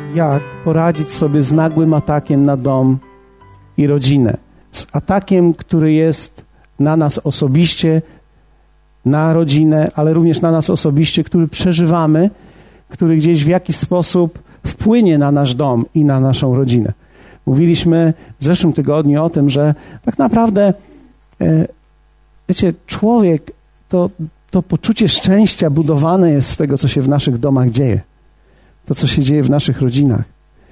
jak poradzić sobie z nagłym atakiem na dom i rodzinę. Z atakiem, który jest na nas osobiście, na rodzinę, ale również na nas osobiście, który przeżywamy, który gdzieś w jakiś sposób wpłynie na nasz dom i na naszą rodzinę. Mówiliśmy w zeszłym tygodniu o tym, że tak naprawdę, wiecie, człowiek, to poczucie szczęścia budowane jest z tego, co się w naszych domach dzieje. To, co się dzieje w naszych rodzinach.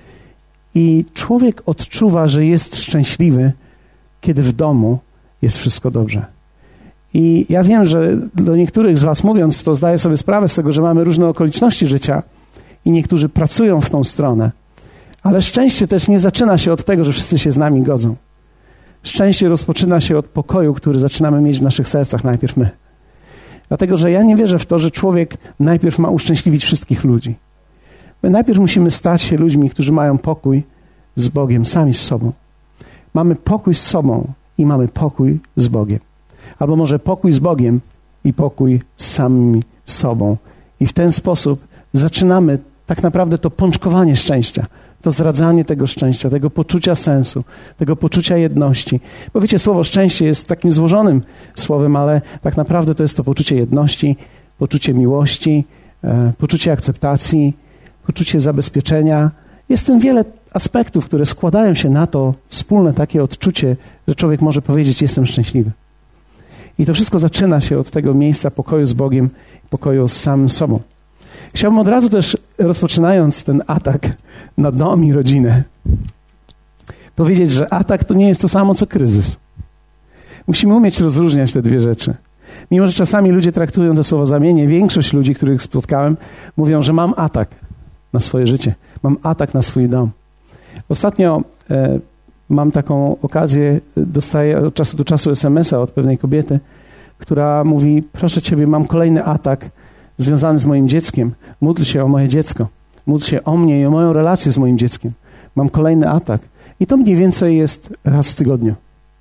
I człowiek odczuwa, że jest szczęśliwy, kiedy w domu jest wszystko dobrze. I ja wiem, że do niektórych z was mówiąc, to zdaję sobie sprawę z tego, że mamy różne okoliczności życia i niektórzy pracują w tą stronę. Ale szczęście też nie zaczyna się od tego, że wszyscy się z nami godzą. Szczęście rozpoczyna się od pokoju, który zaczynamy mieć w naszych sercach, najpierw my. Dlatego, że ja nie wierzę w to, że człowiek najpierw ma uszczęśliwić wszystkich ludzi. My najpierw musimy stać się ludźmi, którzy mają pokój z Bogiem, sami z sobą. Mamy pokój z sobą i mamy pokój z Bogiem. Albo może pokój z Bogiem i pokój z samym sobą. I w ten sposób zaczynamy tak naprawdę to pączkowanie szczęścia, to zradzanie tego szczęścia, tego poczucia sensu, tego poczucia jedności. Bo wiecie, słowo szczęście jest takim złożonym słowem, ale tak naprawdę to jest to poczucie jedności, poczucie miłości, poczucie akceptacji, poczucie zabezpieczenia. Jest w tym wiele aspektów, które składają się na to wspólne takie odczucie, że człowiek może powiedzieć: jestem szczęśliwy. I to wszystko zaczyna się od tego miejsca pokoju z Bogiem, pokoju z samym sobą. Chciałbym od razu też, rozpoczynając ten atak na dom i rodzinę, powiedzieć, że atak to nie jest to samo, co kryzys. Musimy umieć rozróżniać te dwie rzeczy. Mimo że czasami ludzie traktują to słowo zamiennie, większość ludzi, których spotkałem, mówią, że mam atak na swoje życie, mam atak na swój dom. Ostatnio mam taką okazję, dostaję od czasu do czasu SMS-a od pewnej kobiety, która mówi: proszę Ciebie, mam kolejny atak związany z moim dzieckiem. Módl się o moje dziecko. Módl się o mnie i o moją relację z moim dzieckiem. Mam kolejny atak. I to mniej więcej jest raz w tygodniu.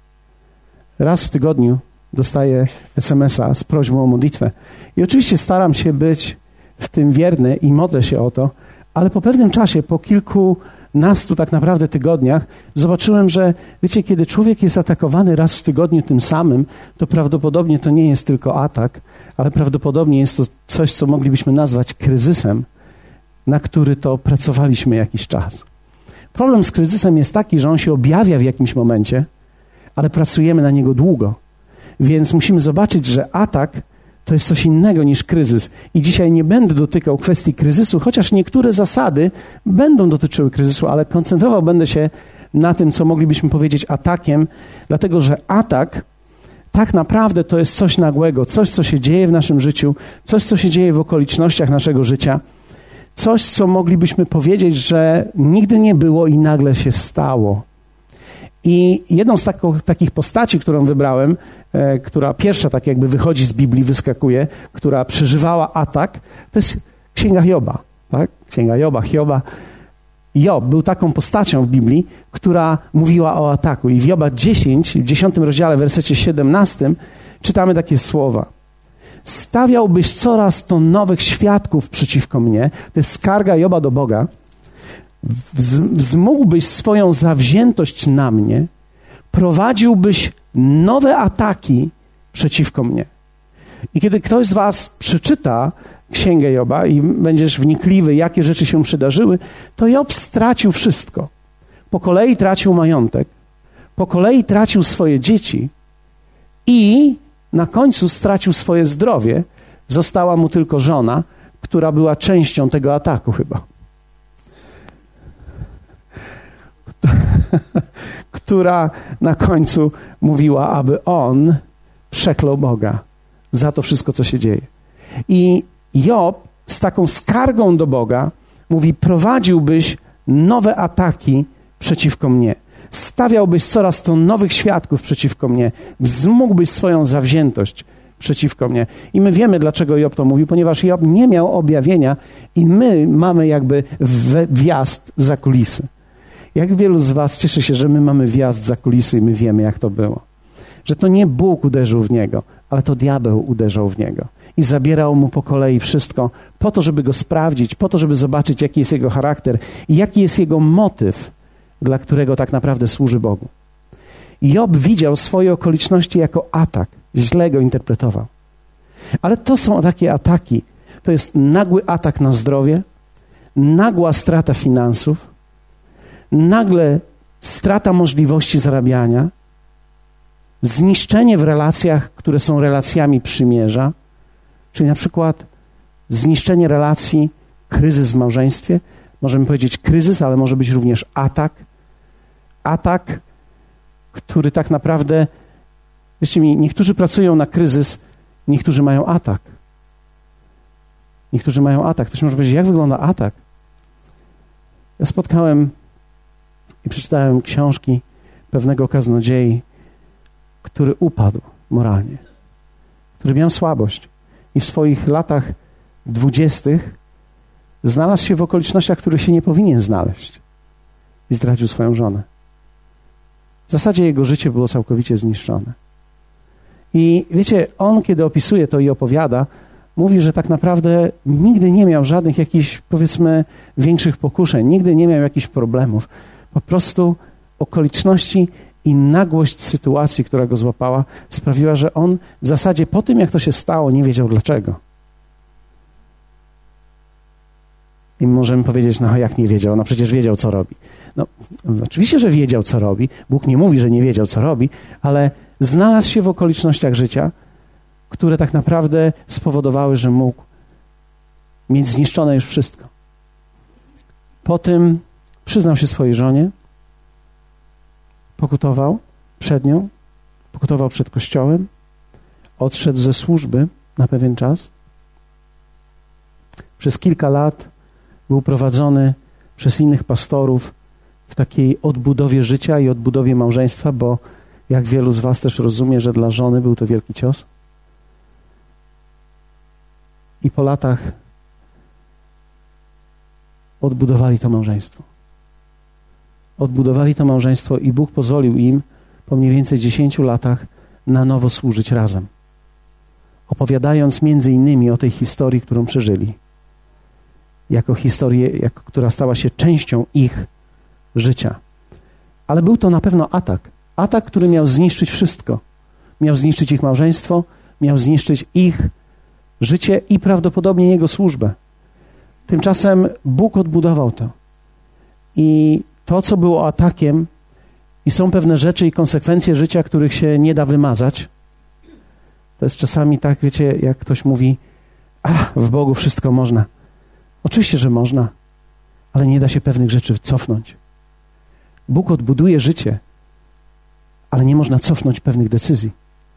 Raz w tygodniu dostaję SMS-a z prośbą o modlitwę. I oczywiście staram się być w tym wierny i modlę się o to, ale po pewnym czasie, po kilkunastu tak naprawdę tygodniach, zobaczyłem, że wiecie, kiedy człowiek jest atakowany raz w tygodniu tym samym, to prawdopodobnie to nie jest tylko atak, ale prawdopodobnie jest to coś, co moglibyśmy nazwać kryzysem, na który to pracowaliśmy jakiś czas. Problem z kryzysem jest taki, że on się objawia w jakimś momencie, ale pracujemy na niego długo. Więc musimy zobaczyć, że atak to jest coś innego niż kryzys. I dzisiaj nie będę dotykał kwestii kryzysu, chociaż niektóre zasady będą dotyczyły kryzysu, ale koncentrował będę się na tym, co moglibyśmy powiedzieć atakiem, dlatego że atak tak naprawdę to jest coś nagłego, coś, co się dzieje w naszym życiu, coś, co się dzieje w okolicznościach naszego życia, coś, co moglibyśmy powiedzieć, że nigdy nie było i nagle się stało. I jedną z takich postaci, którą wybrałem, która pierwsza tak jakby wychodzi z Biblii, wyskakuje, która przeżywała atak, to jest Księga Joba. Tak? Księga Hioba. Job był taką postacią w Biblii, która mówiła o ataku. I w Joba 10 rozdziale, w wersecie 17 czytamy takie słowa. Stawiałbyś coraz to nowych świadków przeciwko mnie. To jest skarga Joba do Boga. Wzmógłbyś swoją zawziętość na mnie, prowadziłbyś nowe ataki przeciwko mnie. I kiedy ktoś z was przeczyta Księgę Joba i będziesz wnikliwy, jakie rzeczy się przydarzyły, to Job stracił wszystko. Po kolei tracił majątek, po kolei tracił swoje dzieci i na końcu stracił swoje zdrowie. Została mu tylko żona, która była częścią tego ataku chyba. Która na końcu mówiła, aby on przeklął Boga za to wszystko, co się dzieje. I Job z taką skargą do Boga mówi: prowadziłbyś nowe ataki przeciwko mnie. Stawiałbyś coraz to nowych świadków przeciwko mnie. Wzmógłbyś swoją zawziętość przeciwko mnie. I my wiemy, dlaczego Job to mówił, ponieważ Job nie miał objawienia i my mamy jakby wjazd za kulisy. Jak wielu z was cieszy się, że my mamy wjazd za kulisy i my wiemy, jak to było. Że to nie Bóg uderzył w niego, ale to diabeł uderzał w niego. i zabierał mu po kolei wszystko, po to, żeby go sprawdzić, po to, żeby zobaczyć, jaki jest jego charakter i jaki jest jego motyw, dla którego tak naprawdę służy Bogu. Job widział swoje okoliczności jako atak, źle go interpretował. Ale to są takie ataki. To jest nagły atak na zdrowie, nagła strata finansów, nagle strata możliwości zarabiania, zniszczenie w relacjach, które są relacjami przymierza, czyli na przykład zniszczenie relacji, kryzys w małżeństwie. Możemy powiedzieć kryzys, ale może być również atak. Atak, który tak naprawdę, wiecie mi, niektórzy pracują na kryzys, niektórzy mają atak. Niektórzy mają atak. Ktoś może powiedzieć, jak wygląda atak? Ja spotkałem i przeczytałem książki pewnego kaznodziei, który upadł moralnie, który miał słabość i w swoich latach 20. znalazł się w okolicznościach, w których się nie powinien znaleźć i zdradził swoją żonę. W zasadzie jego życie było całkowicie zniszczone. I wiecie, on, kiedy opisuje to i opowiada, mówi, że tak naprawdę nigdy nie miał żadnych jakichś, powiedzmy, większych pokuszeń, nigdy nie miał jakichś problemów. Po prostu okoliczności i nagłość sytuacji, która go złapała, sprawiła, że on w zasadzie po tym, jak to się stało, nie wiedział dlaczego. I możemy powiedzieć, no jak nie wiedział? No przecież wiedział, co robi. No oczywiście, że wiedział, co robi. Bóg nie mówi, że nie wiedział, co robi, ale znalazł się w okolicznościach życia, które tak naprawdę spowodowały, że mógł mieć zniszczone już wszystko. Po tym przyznał się swojej żonie, pokutował przed nią, pokutował przed Kościołem, odszedł ze służby na pewien czas. Przez kilka lat był prowadzony przez innych pastorów w takiej odbudowie życia i odbudowie małżeństwa, bo jak wielu z was też rozumie, że dla żony był to wielki cios. I po latach odbudowali to małżeństwo. Odbudowali to małżeństwo i Bóg pozwolił im po mniej więcej 10 latach na nowo służyć razem. Opowiadając między innymi o tej historii, którą przeżyli. Jako historię, która stała się częścią ich życia. Ale był to na pewno atak. Atak, który miał zniszczyć wszystko. Miał zniszczyć ich małżeństwo, miał zniszczyć ich życie i prawdopodobnie jego służbę. Tymczasem Bóg odbudował to. I to, co było atakiem, i są pewne rzeczy i konsekwencje życia, których się nie da wymazać. To jest czasami tak, wiecie, jak ktoś mówi, w Bogu wszystko można. Oczywiście, że można, ale nie da się pewnych rzeczy cofnąć. Bóg odbuduje życie, ale nie można cofnąć pewnych decyzji.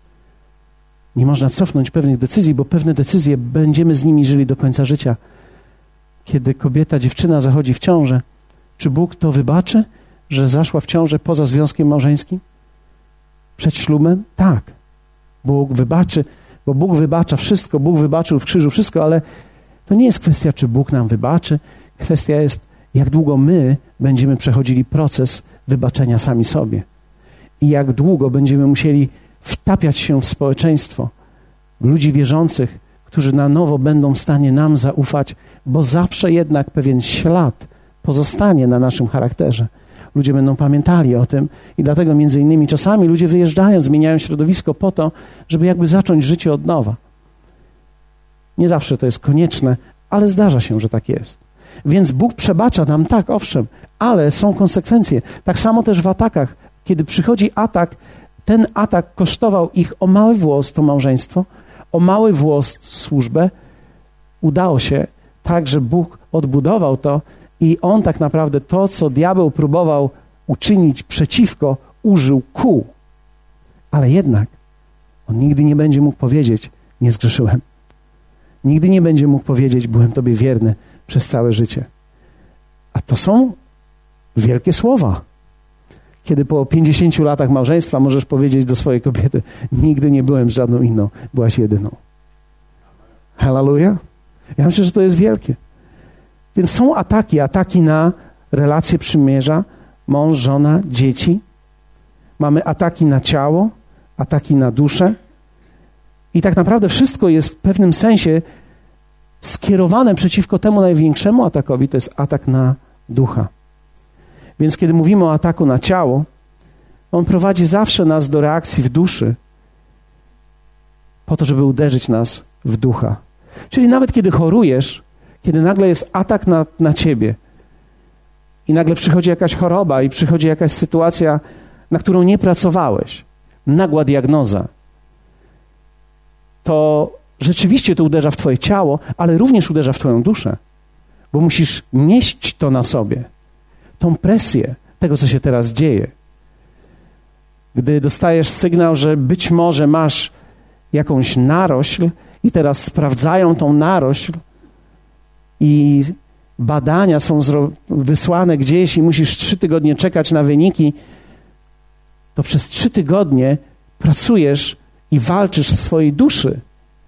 Nie można cofnąć pewnych decyzji, bo pewne decyzje będziemy z nimi żyli do końca życia. Kiedy kobieta, dziewczyna zachodzi w ciążę, czy Bóg to wybaczy, że zaszła w ciążę poza związkiem małżeńskim? Przed ślubem? Tak. Bóg wybaczy, bo Bóg wybacza wszystko, Bóg wybaczył w krzyżu wszystko, ale to nie jest kwestia, czy Bóg nam wybaczy. Kwestia jest, jak długo my będziemy przechodzili proces wybaczenia sami sobie. I jak długo będziemy musieli wtapiać się w społeczeństwo ludzi wierzących, którzy na nowo będą w stanie nam zaufać, bo zawsze jednak pewien ślad pozostanie na naszym charakterze. Ludzie będą pamiętali o tym i dlatego między innymi czasami ludzie wyjeżdżają, zmieniają środowisko po to, żeby jakby zacząć życie od nowa. Nie zawsze to jest konieczne, ale zdarza się, że tak jest. Więc Bóg przebacza nam, tak, owszem, ale są konsekwencje. Tak samo też w atakach. Kiedy przychodzi atak, ten atak kosztował ich o mały włos to małżeństwo, o mały włos służbę. Udało się tak, że Bóg odbudował to i On tak naprawdę to, co diabeł próbował uczynić przeciwko, użył ku. Ale jednak on nigdy nie będzie mógł powiedzieć, nie zgrzeszyłem. Nigdy nie będzie mógł powiedzieć, byłem Tobie wierny przez całe życie. A to są wielkie słowa. Kiedy po 50 latach małżeństwa możesz powiedzieć do swojej kobiety, nigdy nie byłem z żadną inną, byłaś jedyną. Hallelujah. Ja myślę, że to jest wielkie. Więc są ataki na relacje przymierza, mąż, żona, dzieci. Mamy ataki na ciało, ataki na duszę. I tak naprawdę wszystko jest w pewnym sensie skierowane przeciwko temu największemu atakowi, to jest atak na ducha. Więc kiedy mówimy o ataku na ciało, on prowadzi zawsze nas do reakcji w duszy, po to, żeby uderzyć nas w ducha. Czyli nawet kiedy chorujesz, kiedy nagle jest atak na ciebie i nagle przychodzi jakaś choroba i przychodzi jakaś sytuacja, na którą nie pracowałeś, nagła diagnoza, to rzeczywiście to uderza w twoje ciało, ale również uderza w twoją duszę, bo musisz nieść to na sobie, tą presję tego, co się teraz dzieje. Gdy dostajesz sygnał, że być może masz jakąś narośl i teraz sprawdzają tą narośl i badania są wysłane gdzieś i musisz 3 tygodnie czekać na wyniki, to przez 3 tygodnie pracujesz i walczysz w swojej duszy.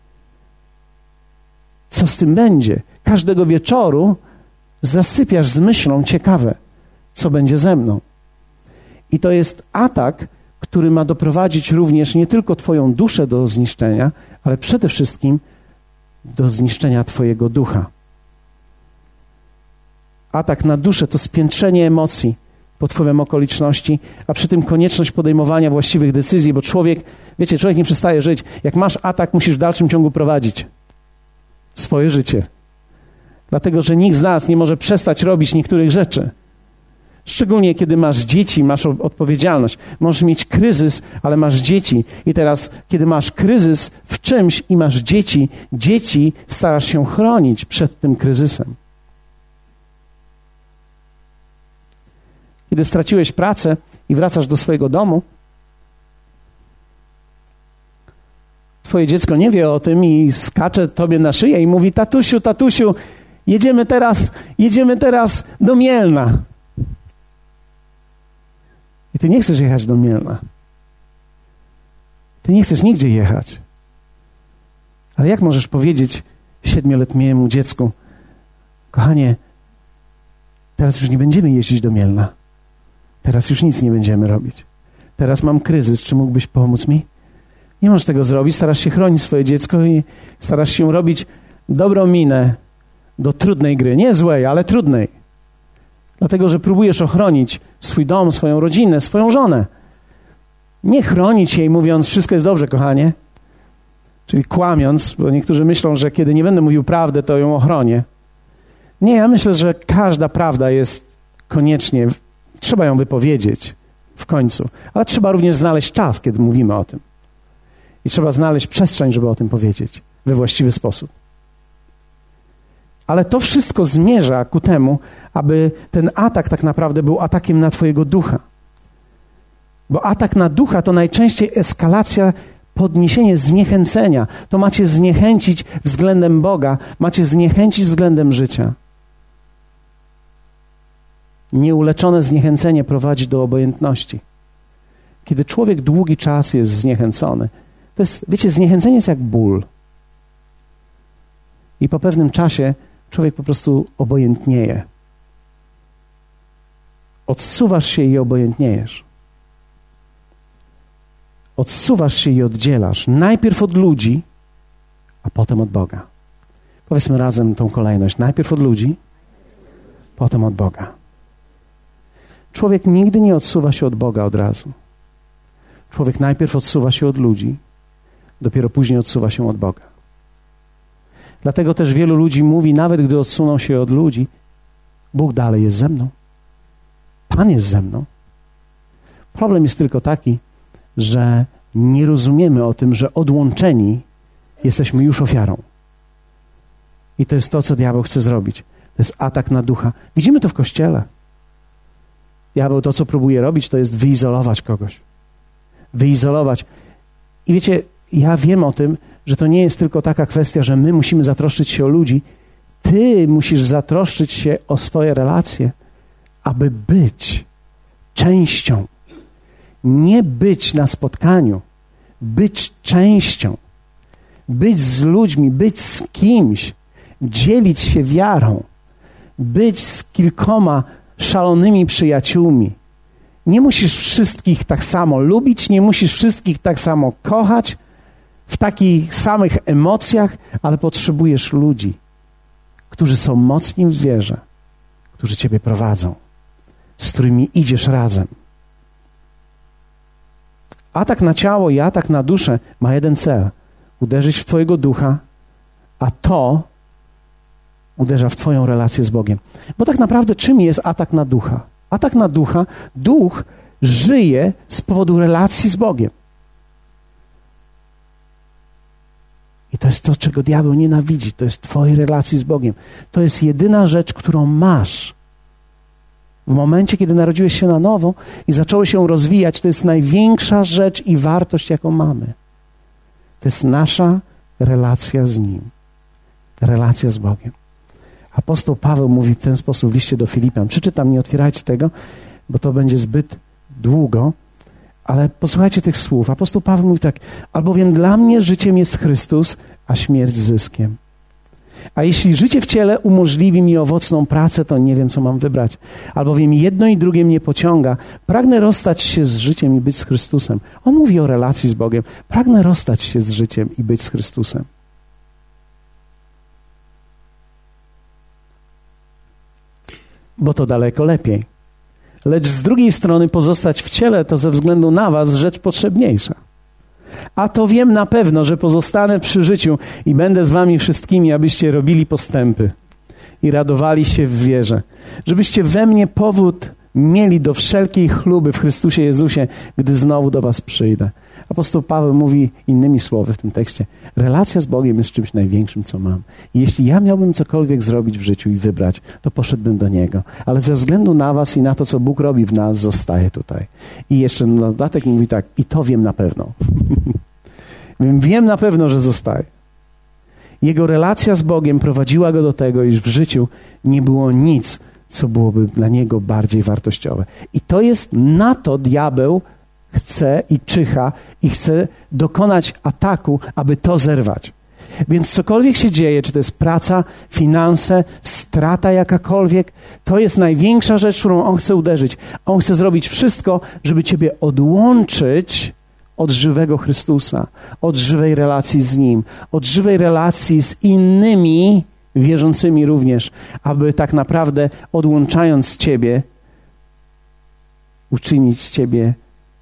Co z tym będzie? Każdego wieczoru zasypiasz z myślą, ciekawe, co będzie ze mną. I to jest atak, który ma doprowadzić również nie tylko twoją duszę do zniszczenia, ale przede wszystkim do zniszczenia twojego ducha. Atak na duszę to spiętrzenie emocji pod wpływem okoliczności, a przy tym konieczność podejmowania właściwych decyzji, bo człowiek nie przestaje żyć. Jak masz atak, musisz w dalszym ciągu prowadzić swoje życie. Dlatego, że nikt z nas nie może przestać robić niektórych rzeczy. Szczególnie kiedy masz dzieci, masz odpowiedzialność. Możesz mieć kryzys, ale masz dzieci. I teraz, kiedy masz kryzys w czymś i masz dzieci starasz się chronić przed tym kryzysem. Kiedy straciłeś pracę i wracasz do swojego domu, twoje dziecko nie wie o tym i skacze tobie na szyję i mówi: tatusiu, jedziemy teraz do Mielna. I ty nie chcesz jechać do Mielna. Ty nie chcesz nigdzie jechać. Ale jak możesz powiedzieć 7-letniemu dziecku: kochanie, teraz już nie będziemy jeździć do Mielna. Teraz już nic nie będziemy robić. Teraz mam kryzys, czy mógłbyś pomóc mi? Nie możesz tego zrobić, starasz się chronić swoje dziecko i starasz się robić dobrą minę do trudnej gry. Nie złej, ale trudnej. Dlatego, że próbujesz ochronić swój dom, swoją rodzinę, swoją żonę. Nie chronić jej, mówiąc: wszystko jest dobrze, kochanie. Czyli kłamiąc, bo niektórzy myślą, że kiedy nie będę mówił prawdę, to ją ochronię. Nie, ja myślę, że każda prawda jest koniecznie, trzeba ją wypowiedzieć w końcu. Ale trzeba również znaleźć czas, kiedy mówimy o tym. I trzeba znaleźć przestrzeń, żeby o tym powiedzieć we właściwy sposób. Ale to wszystko zmierza ku temu, aby ten atak tak naprawdę był atakiem na twojego ducha. Bo atak na ducha to najczęściej eskalacja, podniesienie zniechęcenia. To macie zniechęcić względem Boga, macie zniechęcić względem życia. Nieuleczone zniechęcenie prowadzi do obojętności. Kiedy człowiek długi czas jest zniechęcony, to jest, wiecie, zniechęcenie jest jak ból. I po pewnym czasie człowiek po prostu obojętnieje. Odsuwasz się i obojętniejesz. Odsuwasz się i oddzielasz. Najpierw od ludzi, a potem od Boga. Powiedzmy razem tą kolejność. Najpierw od ludzi, potem od Boga. Człowiek nigdy nie odsuwa się od Boga od razu. Człowiek najpierw odsuwa się od ludzi, dopiero później odsuwa się od Boga. Dlatego też wielu ludzi mówi, nawet gdy odsuną się od ludzi: Bóg dalej jest ze mną. Pan jest ze mną. Problem jest tylko taki, że nie rozumiemy o tym, że odłączeni jesteśmy już ofiarą. I to jest to, co diabeł chce zrobić. To jest atak na ducha. Widzimy to w Kościele. Diabeł to, co próbuje robić, to jest wyizolować kogoś. Wyizolować. I wiecie, ja wiem o tym, że to nie jest tylko taka kwestia, że my musimy zatroszczyć się o ludzi. Ty musisz zatroszczyć się o swoje relacje, aby być częścią. Nie być na spotkaniu, być częścią. Być z ludźmi, być z kimś, dzielić się wiarą, być z kilkoma szalonymi przyjaciółmi. Nie musisz wszystkich tak samo lubić, nie musisz wszystkich tak samo kochać. w takich samych emocjach, ale potrzebujesz ludzi, którzy są mocni w wierze, którzy ciebie prowadzą, z którymi idziesz razem. Atak na ciało i atak na duszę ma jeden cel. Uderzyć w twojego ducha, a to uderza w twoją relację z Bogiem. Bo tak naprawdę czym jest atak na ducha? Atak na ducha, duch żyje z powodu relacji z Bogiem. I to jest to, czego diabeł nienawidzi. To jest twojej relacji z Bogiem. To jest jedyna rzecz, którą masz. W momencie, kiedy narodziłeś się na nowo i zacząłeś się rozwijać, to jest największa rzecz i wartość, jaką mamy. To jest nasza relacja z Nim. Relacja z Bogiem. Apostoł Paweł mówi w ten sposób w liście do Filipian. Przeczytam, nie otwierajcie tego, bo to będzie zbyt długo, ale posłuchajcie tych słów. Apostoł Paweł mówi tak: albowiem dla mnie życiem jest Chrystus, a śmierć zyskiem. A jeśli życie w ciele umożliwi mi owocną pracę, to nie wiem, co mam wybrać. Albowiem jedno i drugie mnie pociąga. Pragnę rozstać się z życiem i być z Chrystusem. On mówi o relacji z Bogiem. Pragnę rozstać się z życiem i być z Chrystusem. Bo to daleko lepiej. Lecz z drugiej strony pozostać w ciele to ze względu na was rzecz potrzebniejsza. A to wiem na pewno, że pozostanę przy życiu i będę z wami wszystkimi, abyście robili postępy i radowali się w wierze. Żebyście we mnie powód mieli do wszelkiej chluby w Chrystusie Jezusie, gdy znowu do was przyjdę. Apostoł Paweł mówi innymi słowy w tym tekście: relacja z Bogiem jest czymś największym, co mam. I jeśli ja miałbym cokolwiek zrobić w życiu i wybrać, to poszedłbym do Niego. Ale ze względu na was i na to, co Bóg robi w nas, zostaję tutaj. I jeszcze na dodatek mówi tak: i to wiem na pewno. Wiem na pewno, że zostaję. Jego relacja z Bogiem prowadziła go do tego, iż w życiu nie było nic, co byłoby dla niego bardziej wartościowe. I to jest na to diabeł chce i czyha i chce dokonać ataku, aby to zerwać. Więc cokolwiek się dzieje, czy to jest praca, finanse, strata jakakolwiek, to jest największa rzecz, którą on chce uderzyć. On chce zrobić wszystko, żeby ciebie odłączyć od żywego Chrystusa, od żywej relacji z Nim, od żywej relacji z innymi wierzącymi również, aby tak naprawdę odłączając ciebie, uczynić ciebie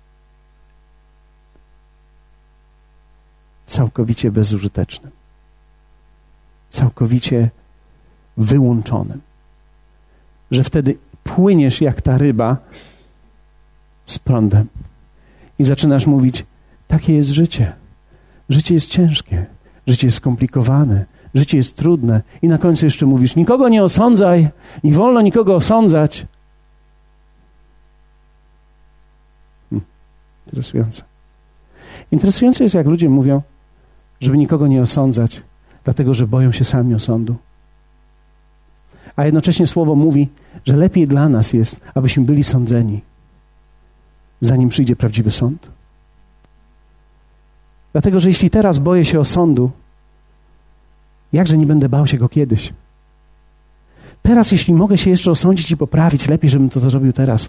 całkowicie bezużytecznym, całkowicie wyłączonym. Że wtedy płyniesz jak ta ryba z prądem i zaczynasz mówić: takie jest życie. Życie jest ciężkie, życie jest skomplikowane, życie jest trudne. I na końcu jeszcze mówisz: nikogo nie osądzaj, nie wolno nikogo osądzać. Interesujące. Interesujące jest, jak ludzie mówią, żeby nikogo nie osądzać, dlatego że boją się sami osądu. A jednocześnie Słowo mówi, że lepiej dla nas jest, abyśmy byli sądzeni, zanim przyjdzie prawdziwy sąd. Dlatego, że jeśli teraz boję się osądu, jakże nie będę bał się go kiedyś? Teraz, jeśli mogę się jeszcze osądzić i poprawić, lepiej, żebym to zrobił teraz.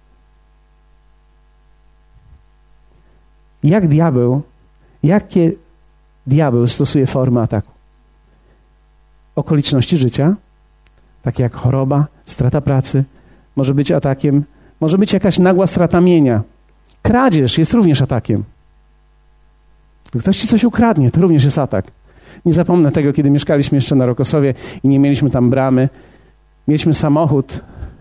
Jakie diabeł stosuje formy ataku? Okoliczności życia, takie jak choroba, strata pracy, może być atakiem, może być jakaś nagła strata mienia. Kradzież jest również atakiem. Gdy ktoś ci coś ukradnie, to również jest atak. Nie zapomnę tego, kiedy mieszkaliśmy jeszcze na Rokosowie i nie mieliśmy tam bramy. Mieliśmy samochód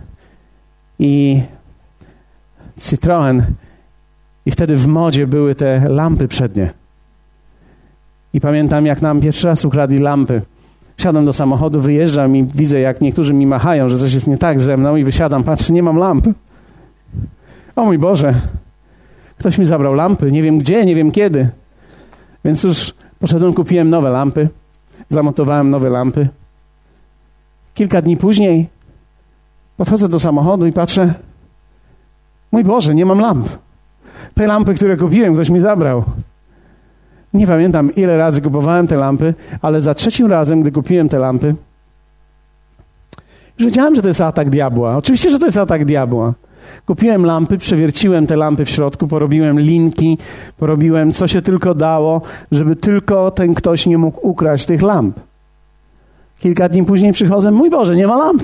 i Citroen i wtedy w modzie były te lampy przednie. I pamiętam, jak nam pierwszy raz ukradli lampy. Wsiadam do samochodu, wyjeżdżam i widzę, jak niektórzy mi machają, że coś jest nie tak ze mną i wysiadam, patrzę, nie mam lamp. O mój Boże, ktoś mi zabrał lampy, nie wiem gdzie, nie wiem kiedy. Więc już poszedłem, kupiłem nowe lampy, zamontowałem nowe lampy. Kilka dni później podchodzę do samochodu i patrzę, mój Boże, nie mam lamp. Te lampy, które kupiłem, ktoś mi zabrał. Nie pamiętam, ile razy kupowałem te lampy, ale za trzecim razem, gdy kupiłem te lampy, już wiedziałem, że to jest atak diabła. Oczywiście, że to jest atak diabła. Kupiłem lampy, przewierciłem te lampy w środku, porobiłem linki, porobiłem co się tylko dało, żeby tylko ten ktoś nie mógł ukraść tych lamp. Kilka dni później przychodzę, mój Boże, nie ma lamp.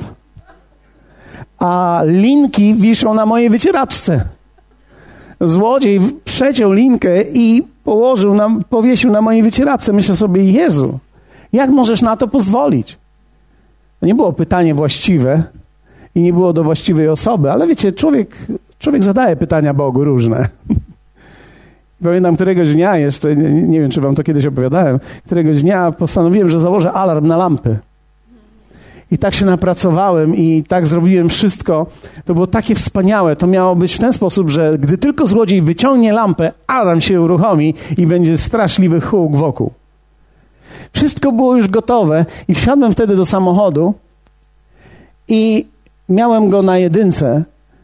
A linki wiszą na mojej wycieraczce. Złodziej przeciął linkę i powiesił na mojej wycieraczce. Myślę sobie, Jezu, jak możesz na to pozwolić? To nie było pytanie właściwe i nie było do właściwej osoby, ale wiecie, człowiek zadaje pytania Bogu różne. Pamiętam któregoś dnia jeszcze, nie wiem, czy wam to kiedyś opowiadałem, któregoś dnia postanowiłem, że założę alarm na lampy. I tak się napracowałem i tak zrobiłem wszystko. To było takie wspaniałe. To miało być w ten sposób, że gdy tylko złodziej wyciągnie lampę, alarm się uruchomi i będzie straszliwy huk wokół. Wszystko było już gotowe i wsiadłem wtedy do samochodu i miałem go na jedynce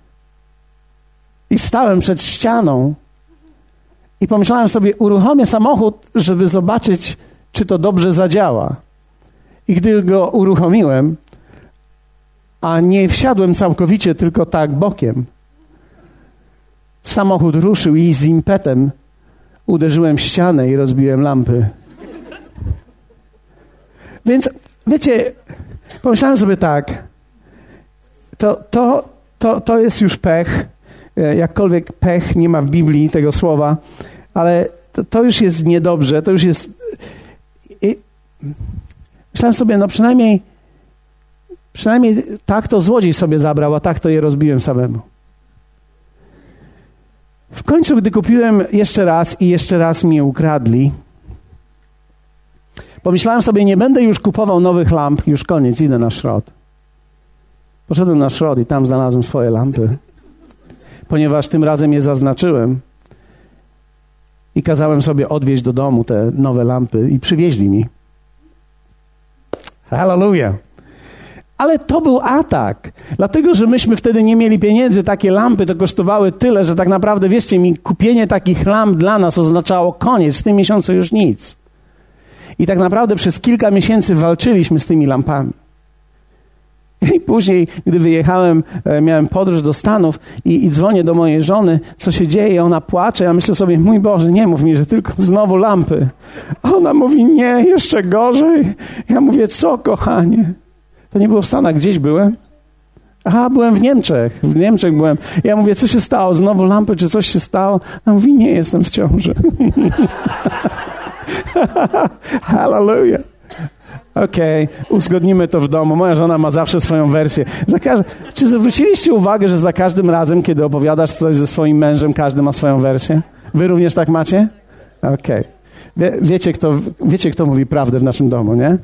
i stałem przed ścianą i pomyślałem sobie, uruchomię samochód, żeby zobaczyć, czy to dobrze zadziała. I gdy go uruchomiłem, a nie wsiadłem całkowicie, tylko tak bokiem, samochód ruszył i z impetem uderzyłem w ścianę i rozbiłem lampy. Więc, wiecie, pomyślałem sobie tak, to jest już pech, jakkolwiek pech nie ma w Biblii tego słowa, ale to już jest niedobrze, to już jest... Myślałem sobie, no przynajmniej tak to złodziej sobie zabrał, a tak to je rozbiłem samemu. W końcu, gdy kupiłem jeszcze raz i jeszcze raz mi je ukradli, pomyślałem sobie, nie będę już kupował nowych lamp, już koniec, idę na szrot. Poszedłem na szrot i tam znalazłem swoje lampy, ponieważ tym razem je zaznaczyłem i kazałem sobie odwieźć do domu te nowe lampy i przywieźli mi. Hallelujah. Ale to był atak, dlatego, że myśmy wtedy nie mieli pieniędzy. Takie lampy to kosztowały tyle, że tak naprawdę, wierzcie mi, kupienie takich lamp dla nas oznaczało koniec, w tym miesiącu już nic. I tak naprawdę przez kilka miesięcy walczyliśmy z tymi lampami. I później, gdy wyjechałem, miałem podróż do Stanów i dzwonię do mojej żony, co się dzieje, ona płacze, ja myślę sobie, mój Boże, nie mów mi, że tylko znowu lampy. A ona mówi, nie, jeszcze gorzej. Ja mówię, co, kochanie? To nie było w Stanach, gdzieś byłem? Aha, byłem w Niemczech byłem. Ja mówię, co się stało, znowu lampy, czy coś się stało? Ona mówi, nie, jestem w ciąży. Hallelujah. Okej, uzgodnimy to w domu. Moja żona ma zawsze swoją wersję. Czy zwróciliście uwagę, że za każdym razem, kiedy opowiadasz coś ze swoim mężem, każdy ma swoją wersję? Wy również tak macie? Okej. Wiecie, kto mówi prawdę w naszym domu, nie?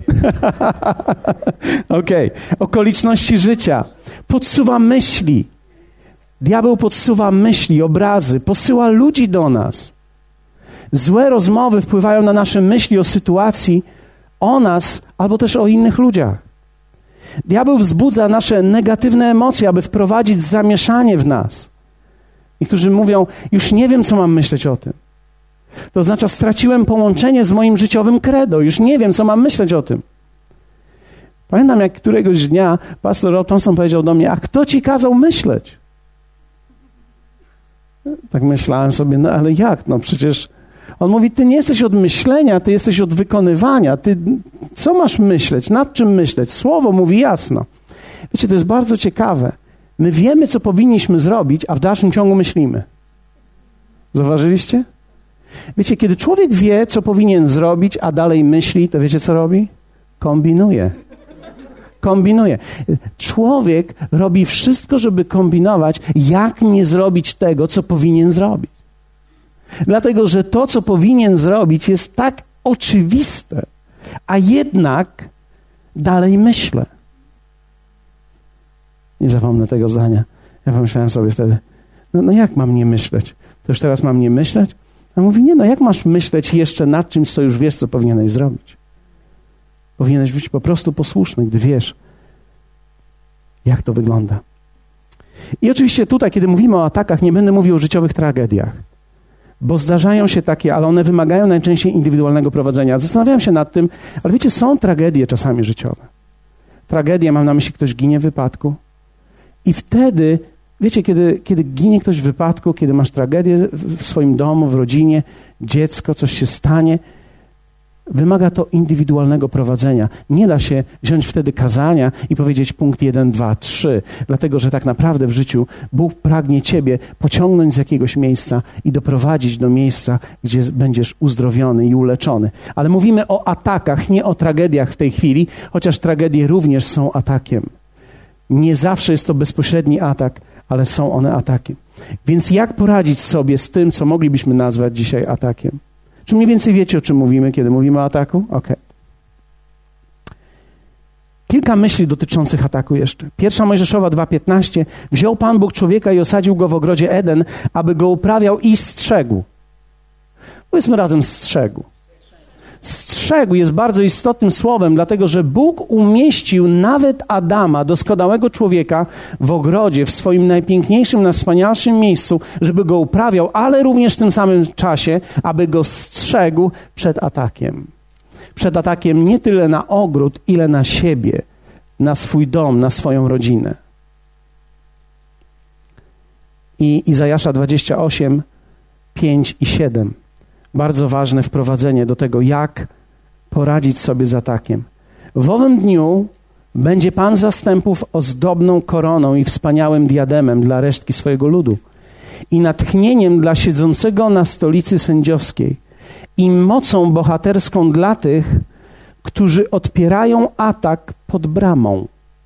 Okej. Okoliczności życia. Podsuwa myśli. Diabeł podsuwa myśli, obrazy, posyła ludzi do nas. Złe rozmowy wpływają na nasze myśli o sytuacji, o nas, albo też o innych ludziach. Diabeł wzbudza nasze negatywne emocje, aby wprowadzić zamieszanie w nas. Niektórzy mówią, już nie wiem, co mam myśleć o tym. To oznacza, straciłem połączenie z moim życiowym credo. Już nie wiem, co mam myśleć o tym. Pamiętam, jak któregoś dnia pastor Rob Thompson powiedział do mnie, a kto ci kazał myśleć? Tak myślałem sobie, no ale jak? No przecież on mówi, ty nie jesteś od myślenia, ty jesteś od wykonywania. Ty co masz myśleć? Nad czym myśleć? Słowo mówi jasno. Wiecie, to jest bardzo ciekawe. My wiemy, co powinniśmy zrobić, a w dalszym ciągu myślimy. Zauważyliście? Wiecie, kiedy człowiek wie, co powinien zrobić, a dalej myśli, to wiecie, co robi? Kombinuje. Człowiek robi wszystko, żeby kombinować, jak nie zrobić tego, co powinien zrobić. Dlatego, że to, co powinien zrobić, jest tak oczywiste, a jednak dalej myślę. Nie zapomnę tego zdania. Ja pomyślałem sobie wtedy, no jak mam nie myśleć? To już teraz mam nie myśleć? A mówi, nie, no jak masz myśleć jeszcze nad czymś, co już wiesz, co powinieneś zrobić? Powinieneś być po prostu posłuszny, gdy wiesz, jak to wygląda. I oczywiście tutaj, kiedy mówimy o atakach, nie będę mówił o życiowych tragediach, bo zdarzają się takie, ale one wymagają najczęściej indywidualnego prowadzenia. Zastanawiałem się nad tym, ale wiecie, są tragedie czasami życiowe. Tragedia, mam na myśli, ktoś ginie w wypadku i wtedy Wiecie, kiedy ginie ktoś w wypadku, kiedy masz tragedię w swoim domu, w rodzinie, dziecko, coś się stanie, wymaga to indywidualnego prowadzenia. Nie da się wziąć wtedy kazania i powiedzieć punkt 1, 2, 3, dlatego że tak naprawdę w życiu Bóg pragnie ciebie pociągnąć z jakiegoś miejsca i doprowadzić do miejsca, gdzie będziesz uzdrowiony i uleczony. Ale mówimy o atakach, nie o tragediach w tej chwili, chociaż tragedie również są atakiem. Nie zawsze jest to bezpośredni atak, ale są one atakiem. Więc jak poradzić sobie z tym, co moglibyśmy nazwać dzisiaj atakiem? Czy mniej więcej wiecie, o czym mówimy, kiedy mówimy o ataku? Okej. Kilka myśli dotyczących ataku jeszcze. 1 Mojżeszowa 2,15. Wziął Pan Bóg człowieka i osadził go w ogrodzie Eden, aby go uprawiał i strzegł. Powiedzmy razem strzegł. Strzegł jest bardzo istotnym słowem, dlatego że Bóg umieścił nawet Adama, doskonałego człowieka, w ogrodzie, w swoim najpiękniejszym, najwspanialszym miejscu, żeby go uprawiał, ale również w tym samym czasie, aby go strzegł przed atakiem. Przed atakiem nie tyle na ogród, ile na siebie, na swój dom, na swoją rodzinę. I Izajasza 28, 5 i 7. Bardzo ważne wprowadzenie do tego, jak poradzić sobie z atakiem. W owym dniu będzie Pan zastępów ozdobną koroną i wspaniałym diademem dla resztki swojego ludu i natchnieniem dla siedzącego na stolicy sędziowskiej i mocą bohaterską dla tych, którzy odpierają atak pod bramą.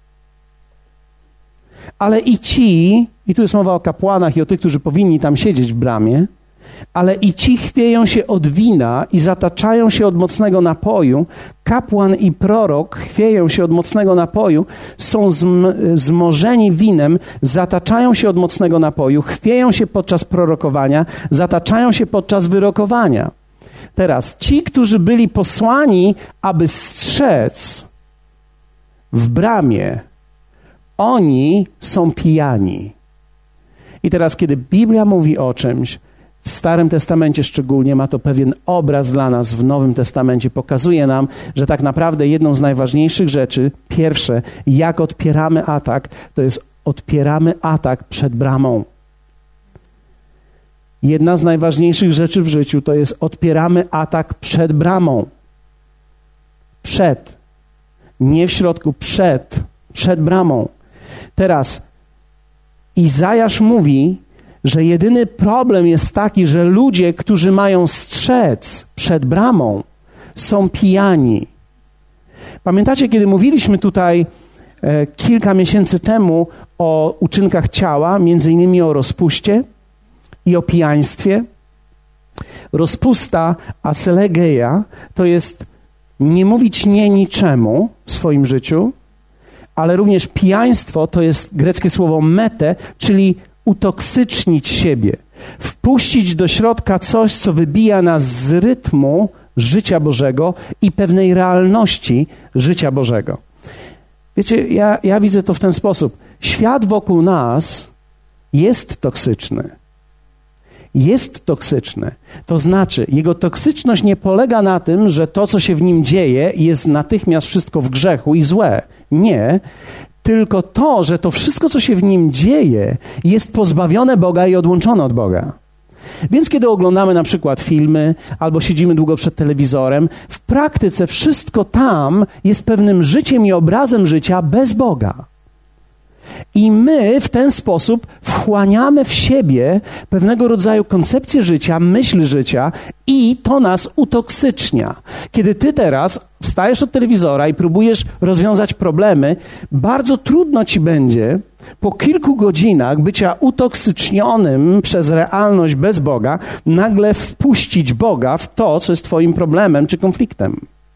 Ale i ci, i tu jest mowa o kapłanach i o tych, którzy powinni tam siedzieć w bramie, ale i ci chwieją się od wina i zataczają się od mocnego napoju. Kapłan i prorok chwieją się od mocnego napoju, są zmorzeni winem, zataczają się od mocnego napoju, chwieją się podczas prorokowania, zataczają się podczas wyrokowania. Teraz ci, którzy byli posłani, aby strzec w bramie, oni są pijani. I teraz, kiedy Biblia mówi o czymś, w Starym Testamencie szczególnie, ma to pewien obraz dla nas w Nowym Testamencie. Pokazuje nam, że tak naprawdę jedną z najważniejszych rzeczy, pierwsze, jak odpieramy atak, to jest odpieramy atak przed bramą. Jedna z najważniejszych rzeczy w życiu to jest odpieramy atak przed bramą. Przed. Nie w środku, przed bramą. Teraz Izajasz mówi, że jedyny problem jest taki, że ludzie, którzy mają strzec przed bramą, są pijani. Pamiętacie, kiedy mówiliśmy tutaj kilka miesięcy temu o uczynkach ciała, między innymi o rozpuście i o pijaństwie? Rozpusta, aselegeia, to jest nie mówić nie niczemu w swoim życiu, ale również pijaństwo to jest greckie słowo mete, czyli utoksycznić siebie, wpuścić do środka coś, co wybija nas z rytmu życia Bożego i pewnej realności życia Bożego. Wiecie, ja widzę to w ten sposób. Świat wokół nas jest toksyczny. Jest toksyczny. To znaczy, jego toksyczność nie polega na tym, że to, co się w nim dzieje, jest natychmiast wszystko w grzechu i złe. Nie. Tylko to, że to wszystko, co się w nim dzieje, jest pozbawione Boga i odłączone od Boga. Więc kiedy oglądamy na przykład filmy albo siedzimy długo przed telewizorem, w praktyce wszystko tam jest pewnym życiem i obrazem życia bez Boga. I my w ten sposób wchłaniamy w siebie pewnego rodzaju koncepcję życia, myśl życia i to nas utoksycznia. Kiedy ty teraz wstajesz od telewizora i próbujesz rozwiązać problemy, bardzo trudno ci będzie po kilku godzinach bycia utoksycznionym przez realność bez Boga nagle wpuścić Boga w to, co jest twoim problemem czy konfliktem.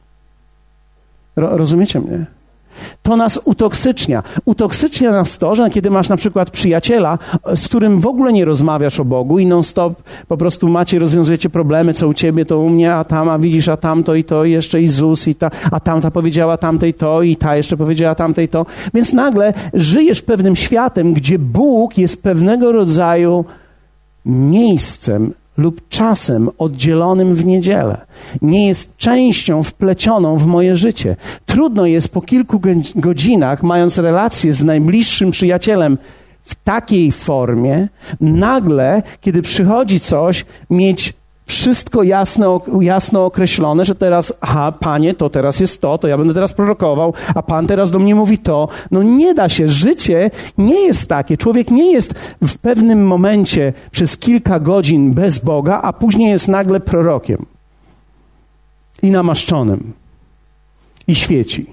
Rozumiecie mnie? To nas utoksycznia. Utoksycznia nas to, że kiedy masz na przykład przyjaciela, z którym w ogóle nie rozmawiasz o Bogu i non-stop po prostu rozwiązujecie problemy, co u ciebie, to u mnie, a tam, a widzisz, a tamto i to, i jeszcze i ZUS, i ta, a tamta powiedziała tamtej to, i ta jeszcze powiedziała tamtej to. Więc nagle żyjesz pewnym światem, gdzie Bóg jest pewnego rodzaju miejscem lub czasem oddzielonym w niedzielę. Nie jest częścią wplecioną w moje życie. Trudno jest po kilku godzinach, mając relację z najbliższym przyjacielem, w takiej formie, nagle, kiedy przychodzi coś, mieć wszystko jasno określone, że teraz, Panie, to teraz jest to ja będę teraz prorokował, a Pan teraz do mnie mówi to. No nie da się. Życie nie jest takie. Człowiek nie jest w pewnym momencie przez kilka godzin bez Boga, a później jest nagle prorokiem i namaszczonym i świeci.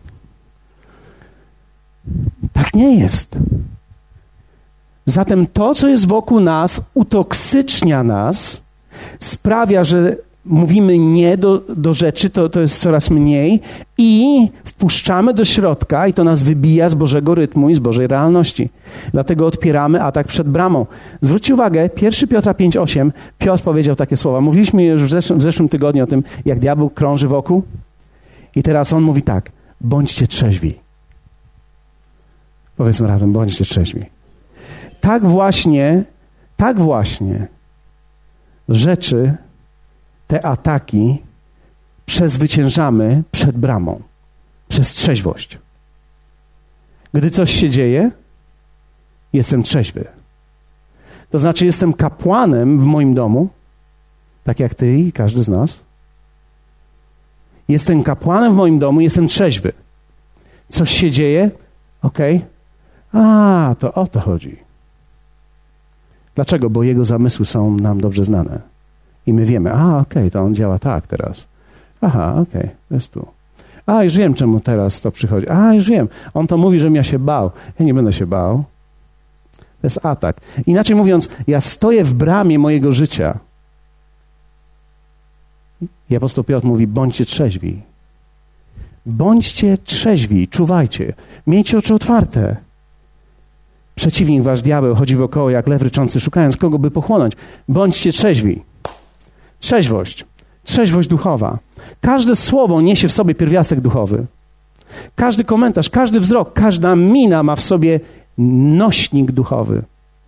Tak nie jest. Zatem to, co jest wokół nas, utoksycznia nas, sprawia, że mówimy nie do rzeczy, to jest coraz mniej i wpuszczamy do środka i to nas wybija z Bożego rytmu i z Bożej realności. Dlatego odpieramy atak przed bramą. Zwróćcie uwagę, 1 Piotra 5,8, Piotr powiedział takie słowa. Mówiliśmy już w zeszłym tygodniu o tym, jak diabeł krąży wokół i teraz on mówi tak, bądźcie trzeźwi. Powiedzmy razem, bądźcie trzeźwi. Tak właśnie rzeczy, te ataki przezwyciężamy przed bramą, przez trzeźwość. Gdy coś się dzieje, jestem trzeźwy. To znaczy jestem kapłanem w moim domu, tak jak ty i każdy z nas. Jestem kapłanem w moim domu, jestem trzeźwy. Coś się dzieje, to o to chodzi. Dlaczego? Bo jego zamysły są nam dobrze znane. I my wiemy, to on działa tak teraz. To jest tu. Już wiem, czemu teraz to przychodzi. Już wiem. On to mówi, żebym ja się bał. Ja nie będę się bał. To jest atak. Inaczej mówiąc, ja stoję w bramie mojego życia. I apostoł Piotr mówi, bądźcie trzeźwi. Bądźcie trzeźwi, czuwajcie. Miejcie oczy otwarte. Przeciwnik, wasz diabeł, chodzi wokoło jak lew ryczący, szukając kogo by pochłonąć. Bądźcie trzeźwi. Trzeźwość duchowa. Każde słowo niesie w sobie pierwiastek duchowy. Każdy komentarz, każdy wzrok, każda mina ma w sobie nośnik duchowy.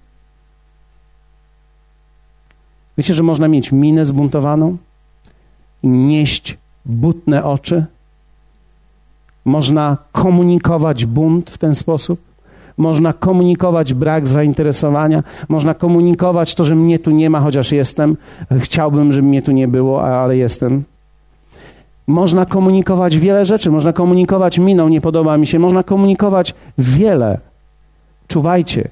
Wiecie, że można mieć minę zbuntowaną i nieść butne oczy? Można komunikować bunt w ten sposób? Można komunikować brak zainteresowania, można komunikować to, że mnie tu nie ma, chociaż jestem. Chciałbym, żeby mnie tu nie było, ale jestem. Można komunikować wiele rzeczy, można komunikować miną, nie podoba mi się, można komunikować wiele. Czuwajcie.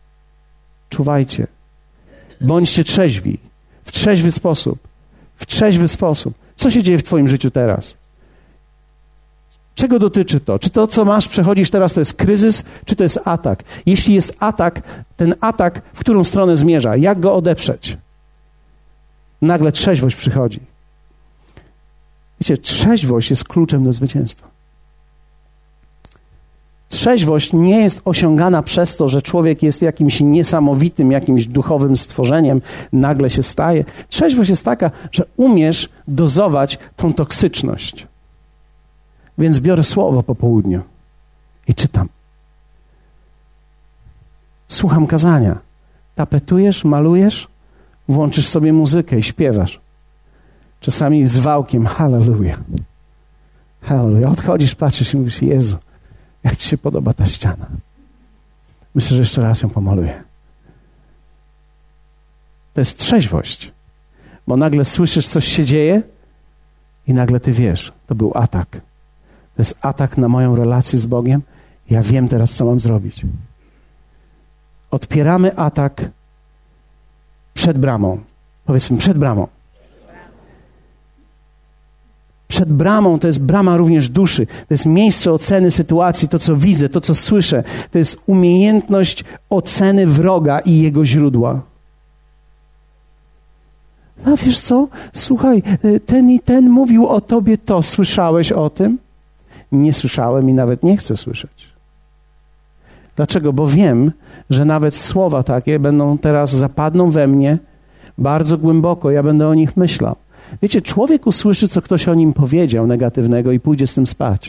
Bądźcie trzeźwi, w trzeźwy sposób. Co się dzieje w twoim życiu teraz? Czego dotyczy to? Czy to, co masz, przechodzisz teraz, to jest kryzys, czy to jest atak? Jeśli jest atak, ten atak w którą stronę zmierza? Jak go odeprzeć? Nagle trzeźwość przychodzi. Wiecie, trzeźwość jest kluczem do zwycięstwa. Trzeźwość nie jest osiągana przez to, że człowiek jest jakimś niesamowitym, jakimś duchowym stworzeniem, nagle się staje. Trzeźwość jest taka, że umiesz dozować tą toksyczność. Więc biorę słowo po południu i czytam. Słucham kazania. Tapetujesz, malujesz, włączysz sobie muzykę i śpiewasz. Czasami z wałkiem, halleluja. Halleluja. Odchodzisz, patrzysz i mówisz, Jezu, jak ci się podoba ta ściana. Myślę, że jeszcze raz ją pomaluję. To jest trzeźwość. Bo nagle słyszysz, coś się dzieje i nagle ty wiesz, to był atak. To jest atak na moją relację z Bogiem. Ja wiem teraz, co mam zrobić. Odpieramy atak przed bramą. Powiedzmy, przed bramą. Przed bramą to jest brama również duszy. To jest miejsce oceny sytuacji, to co widzę, to co słyszę. To jest umiejętność oceny wroga i jego źródła. A wiesz co? Słuchaj, ten i ten mówił o tobie to. Słyszałeś o tym? Nie słyszałem i nawet nie chcę słyszeć. Dlaczego? Bo wiem, że nawet słowa takie zapadną we mnie bardzo głęboko. Ja będę o nich myślał. Wiecie, człowiek usłyszy, co ktoś o nim powiedział negatywnego i pójdzie z tym spać.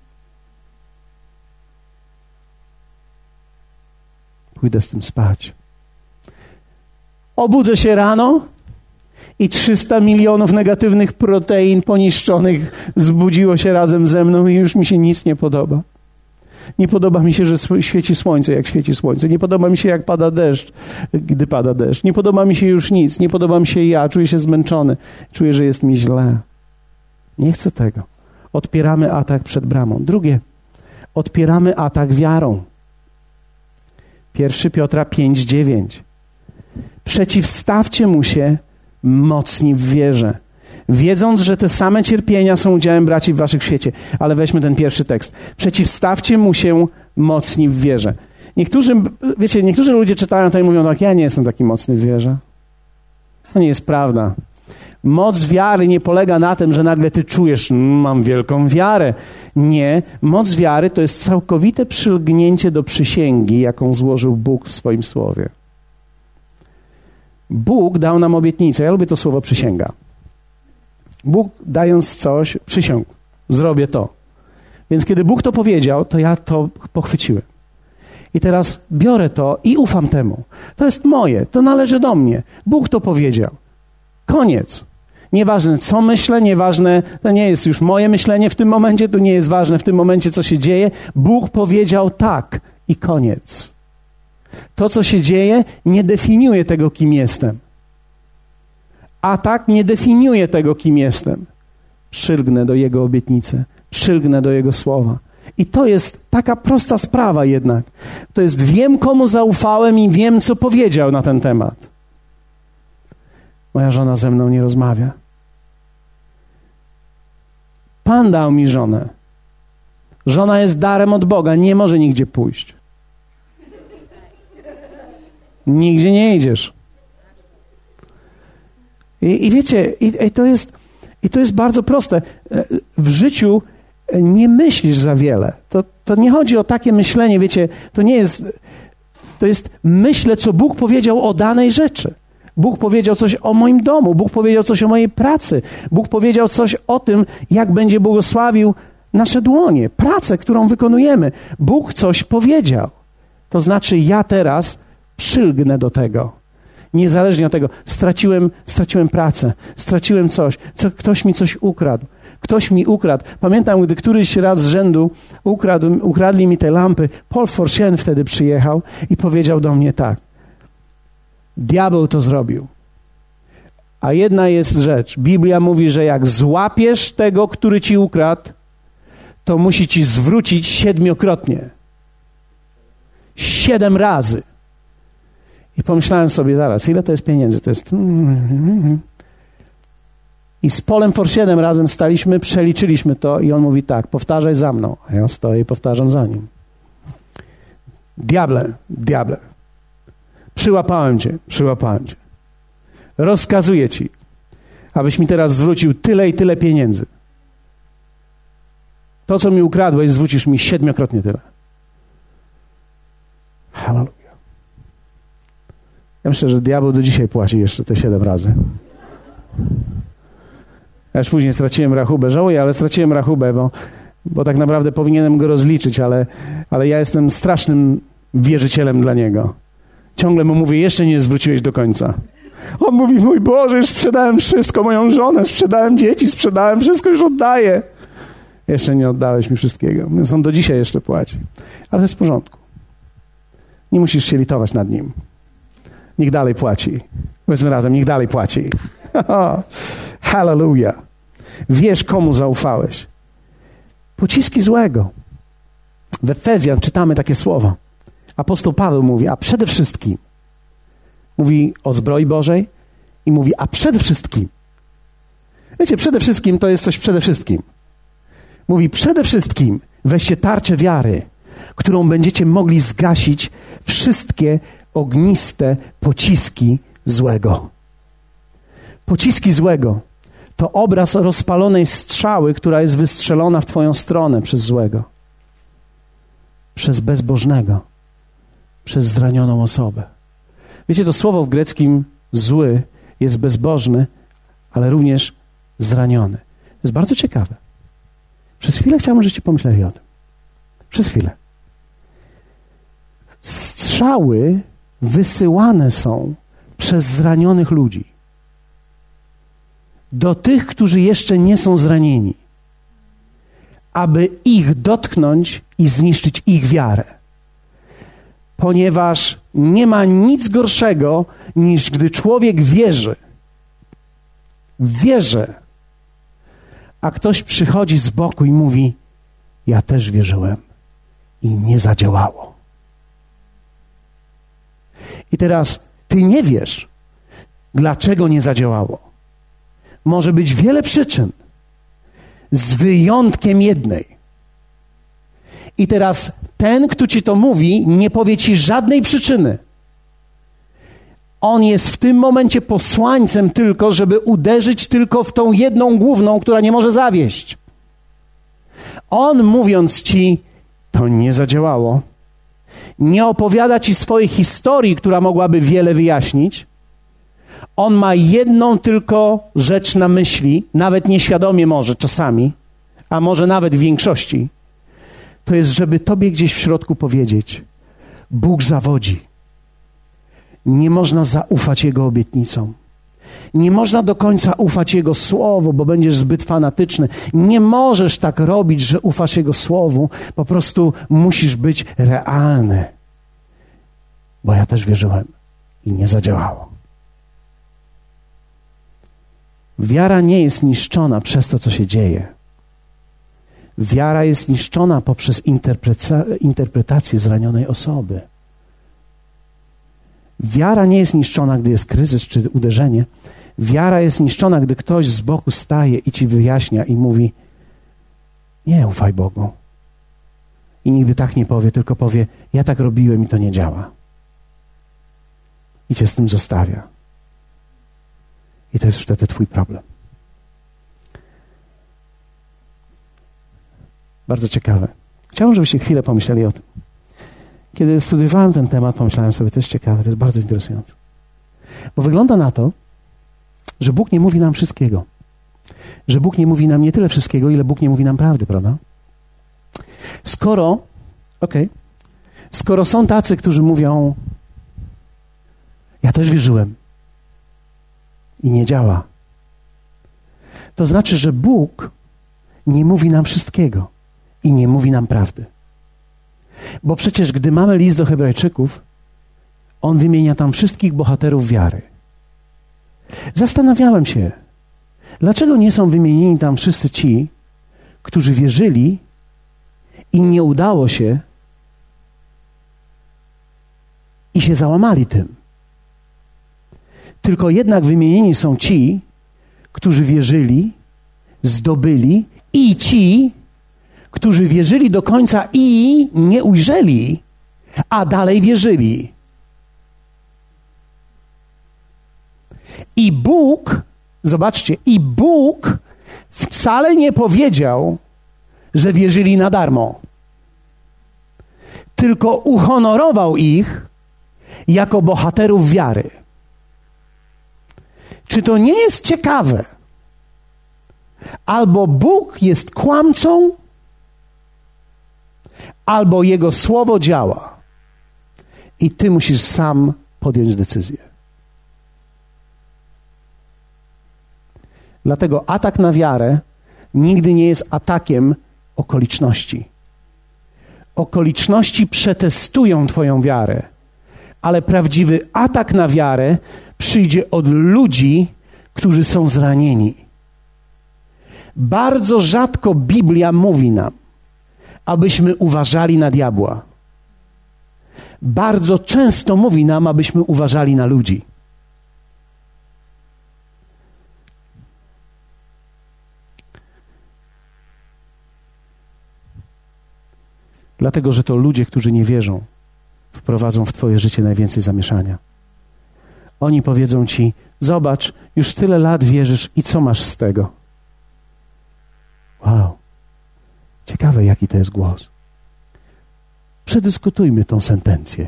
Pójdę z tym spać. Obudzę się rano i 300 milionów negatywnych protein poniszczonych zbudziło się razem ze mną i już mi się nic nie podoba. Nie podoba mi się, że świeci słońce, jak świeci słońce. Nie podoba mi się, jak pada deszcz, gdy pada deszcz. Nie podoba mi się już nic. Nie podoba mi się ja. Czuję się zmęczony. Czuję, że jest mi źle. Nie chcę tego. Odpieramy atak przed bramą. Drugie. Odpieramy atak wiarą. 1 Piotra 5:9. Przeciwstawcie mu się mocni w wierze, wiedząc, że te same cierpienia są udziałem braci w waszych świecie. Ale weźmy ten pierwszy tekst. Przeciwstawcie mu się mocni w wierze. Niektórzy ludzie czytają to i mówią tak, ja nie jestem taki mocny w wierze. To nie jest prawda. Moc wiary nie polega na tym, że nagle ty czujesz, mam wielką wiarę. Nie. Moc wiary to jest całkowite przylgnięcie do przysięgi, jaką złożył Bóg w swoim słowie. Bóg dał nam obietnicę. Ja lubię to słowo przysięga. Bóg dając coś, przysiągł. Zrobię to. Więc kiedy Bóg to powiedział, to ja to pochwyciłem. I teraz biorę to i ufam temu. To jest moje, to należy do mnie. Bóg to powiedział. Koniec. Nieważne, co myślę, nieważne, to nie jest już moje myślenie w tym momencie, to nie jest ważne w tym momencie, co się dzieje. Bóg powiedział tak i koniec. To, co się dzieje, nie definiuje tego, kim jestem. Atak nie definiuje tego, kim jestem. Przylgnę do Jego obietnicy, przylgnę do Jego słowa. I to jest taka prosta sprawa jednak. To jest wiem, komu zaufałem i wiem, co powiedział na ten temat. Moja żona ze mną nie rozmawia. Pan dał mi żonę. Żona jest darem od Boga, nie może nigdzie pójść. Nigdzie nie idziesz. I wiecie, to jest bardzo proste. W życiu nie myślisz za wiele. To nie chodzi o takie myślenie, wiecie, to jest myślę, co Bóg powiedział o danej rzeczy. Bóg powiedział coś o moim domu, Bóg powiedział coś o mojej pracy, Bóg powiedział coś o tym, jak będzie błogosławił nasze dłonie, pracę, którą wykonujemy. Bóg coś powiedział. To znaczy ja teraz przylgnę do tego. Niezależnie od tego, straciłem pracę, straciłem coś, ktoś mi coś ukradł. Ktoś mi ukradł. Pamiętam, gdy któryś raz z rzędu ukradli mi te lampy. Paul Forsien wtedy przyjechał i powiedział do mnie tak. Diabeł to zrobił. A jedna jest rzecz. Biblia mówi, że jak złapiesz tego, który ci ukradł, to musi ci zwrócić 7-krotnie. 7 razy. I pomyślałem sobie zaraz, ile to jest pieniędzy? To jest... I z Polem Forsienem razem staliśmy, przeliczyliśmy to i on mówi tak, powtarzaj za mną. A ja stoję i powtarzam za nim. Diable, przyłapałem cię. Rozkazuję ci, abyś mi teraz zwrócił tyle i tyle pieniędzy. To, co mi ukradłeś, zwrócisz mi 7-krotnie tyle. Halleluja. Ja myślę, że diabeł do dzisiaj płaci jeszcze te 7 razy. Ja już później straciłem rachubę. Żałuję, ale straciłem rachubę, bo tak naprawdę powinienem go rozliczyć, ale ja jestem strasznym wierzycielem dla niego. Ciągle mu mówię, jeszcze nie zwróciłeś do końca. On mówi, mój Boże, już sprzedałem wszystko, moją żonę, sprzedałem dzieci, sprzedałem wszystko, już oddaję. Jeszcze nie oddałeś mi wszystkiego. Więc on do dzisiaj jeszcze płaci. Ale to jest w porządku. Nie musisz się litować nad nim. Niech dalej płaci. Powiedzmy razem, niech dalej płaci. Hallelujah. Wiesz, komu zaufałeś. Pociski złego. W Efezjan czytamy takie słowa. Apostoł Paweł mówi, a przede wszystkim mówi o zbroi Bożej i mówi, a przede wszystkim. Wiecie, przede wszystkim to jest coś przede wszystkim. Mówi, przede wszystkim weźcie tarczę wiary, którą będziecie mogli zgasić wszystkie ogniste pociski złego. Pociski złego to obraz rozpalonej strzały, która jest wystrzelona w twoją stronę przez złego. Przez bezbożnego. Przez zranioną osobę. Wiecie, to słowo w greckim zły jest bezbożny, ale również zraniony. To jest bardzo ciekawe. Przez chwilę chciałbym, żebyście pomyśleli o tym. Przez chwilę. Strzały wysyłane są przez zranionych ludzi do tych, którzy jeszcze nie są zranieni, aby ich dotknąć i zniszczyć ich wiarę. Ponieważ nie ma nic gorszego, niż gdy człowiek wierzy, a ktoś przychodzi z boku i mówi: ja też wierzyłem i nie zadziałało. I teraz ty nie wiesz, dlaczego nie zadziałało. Może być wiele przyczyn, z wyjątkiem jednej. I teraz ten, kto ci to mówi, nie powie ci żadnej przyczyny. On jest w tym momencie posłańcem tylko, żeby uderzyć tylko w tą jedną główną, która nie może zawieść. On, mówiąc ci, to nie zadziałało, nie opowiada ci swojej historii, która mogłaby wiele wyjaśnić. On ma jedną tylko rzecz na myśli, nawet nieświadomie może czasami, a może nawet w większości. To jest, żeby tobie gdzieś w środku powiedzieć: Bóg zawodzi. Nie można zaufać Jego obietnicom. Nie można do końca ufać Jego Słowu, bo będziesz zbyt fanatyczny. Nie możesz tak robić, że ufasz Jego Słowu. Po prostu musisz być realny. Bo ja też wierzyłem i nie zadziałało. Wiara nie jest niszczona przez to, co się dzieje. Wiara jest niszczona poprzez interpretację zranionej osoby. Wiara nie jest niszczona, gdy jest kryzys czy uderzenie. Wiara jest niszczona, gdy ktoś z boku staje i ci wyjaśnia i mówi: nie ufaj Bogu. I nigdy tak nie powie, tylko powie: ja tak robiłem i to nie działa. I cię z tym zostawia. I to jest wtedy twój problem. Bardzo ciekawe. Chciałbym, żebyście chwilę pomyśleli o tym. Kiedy studiowałem ten temat, pomyślałem sobie: to jest ciekawe, to jest bardzo interesujące. Bo wygląda na to, że Bóg nie mówi nam wszystkiego. Że Bóg nie mówi nam nie tyle wszystkiego, ile Bóg nie mówi nam prawdy, prawda? Skoro są tacy, którzy mówią: ja też wierzyłem i nie działa, to znaczy, że Bóg nie mówi nam wszystkiego i nie mówi nam prawdy. Bo przecież gdy mamy list do Hebrajczyków, on wymienia tam wszystkich bohaterów wiary. Zastanawiałem się, dlaczego nie są wymienieni tam wszyscy ci, którzy wierzyli i nie udało się i się załamali tym. Tylko jednak wymienieni są ci, którzy wierzyli, zdobyli, i ci, którzy wierzyli do końca i nie ujrzeli, a dalej wierzyli. I Bóg, zobaczcie, i Bóg wcale nie powiedział, że wierzyli na darmo, tylko uhonorował ich jako bohaterów wiary. Czy to nie jest ciekawe? Albo Bóg jest kłamcą, albo Jego Słowo działa. I ty musisz sam podjąć decyzję. Dlatego atak na wiarę nigdy nie jest atakiem okoliczności. Okoliczności przetestują twoją wiarę, ale prawdziwy atak na wiarę przyjdzie od ludzi, którzy są zranieni. Bardzo rzadko Biblia mówi nam, abyśmy uważali na diabła. Bardzo często mówi nam, abyśmy uważali na ludzi. Dlatego, że to ludzie, którzy nie wierzą, wprowadzą w twoje życie najwięcej zamieszania. Oni powiedzą ci: zobacz, już tyle lat wierzysz i co masz z tego? Wow, ciekawe, jaki to jest głos. Przedyskutujmy tą sentencję.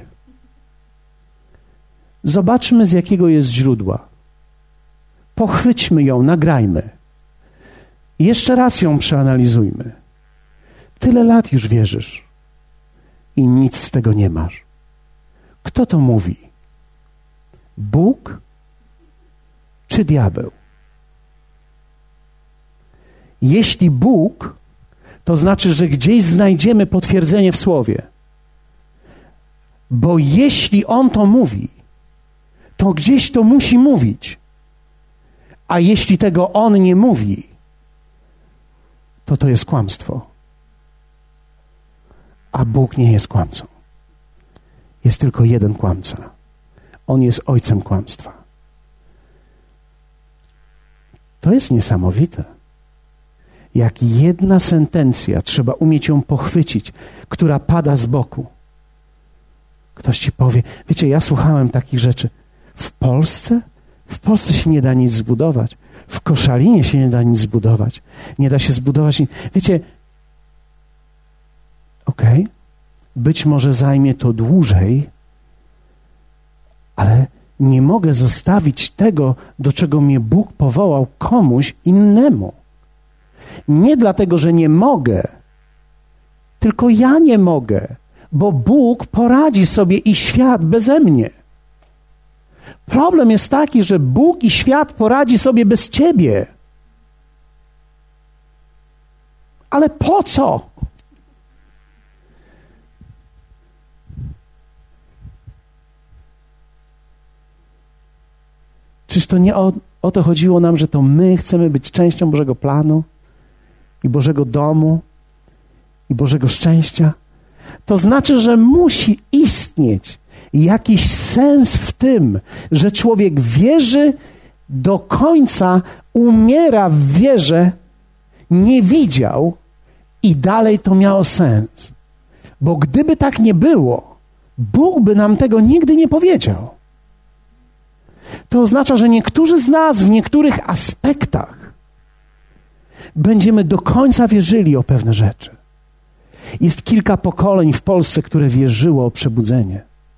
Zobaczmy, z jakiego jest źródła. Pochwyćmy ją, nagrajmy. Jeszcze raz ją przeanalizujmy. Tyle lat już wierzysz i nic z tego nie masz. Kto to mówi? Bóg czy diabeł? Jeśli Bóg, to znaczy, że gdzieś znajdziemy potwierdzenie w Słowie. Bo jeśli On to mówi, to gdzieś to musi mówić. A jeśli tego On nie mówi, to jest kłamstwo. A Bóg nie jest kłamcą. Jest tylko jeden kłamca. On jest ojcem kłamstwa. To jest niesamowite. Jak jedna sentencja, trzeba umieć ją pochwycić, która pada z boku. Ktoś ci powie, wiecie, ja słuchałem takich rzeczy. W Polsce się nie da nic zbudować. W Koszalinie się nie da nic zbudować. Nie da się zbudować nic. Wiecie, okej, być może zajmie to dłużej, ale nie mogę zostawić tego, do czego mnie Bóg powołał, komuś innemu. Nie dlatego, że nie mogę, tylko ja nie mogę, bo Bóg poradzi sobie i świat beze mnie. Problem jest taki, że Bóg i świat poradzi sobie bez ciebie. Ale po co? Czyż to nie o to chodziło nam, że to my chcemy być częścią Bożego planu i Bożego domu i Bożego szczęścia? To znaczy, że musi istnieć jakiś sens w tym, że człowiek wierzy do końca, umiera w wierze, nie widział i dalej to miało sens. Bo gdyby tak nie było, Bóg by nam tego nigdy nie powiedział. To oznacza, że niektórzy z nas w niektórych aspektach będziemy do końca wierzyli o pewne rzeczy. Jest kilka pokoleń w Polsce, które wierzyło o przebudzenie.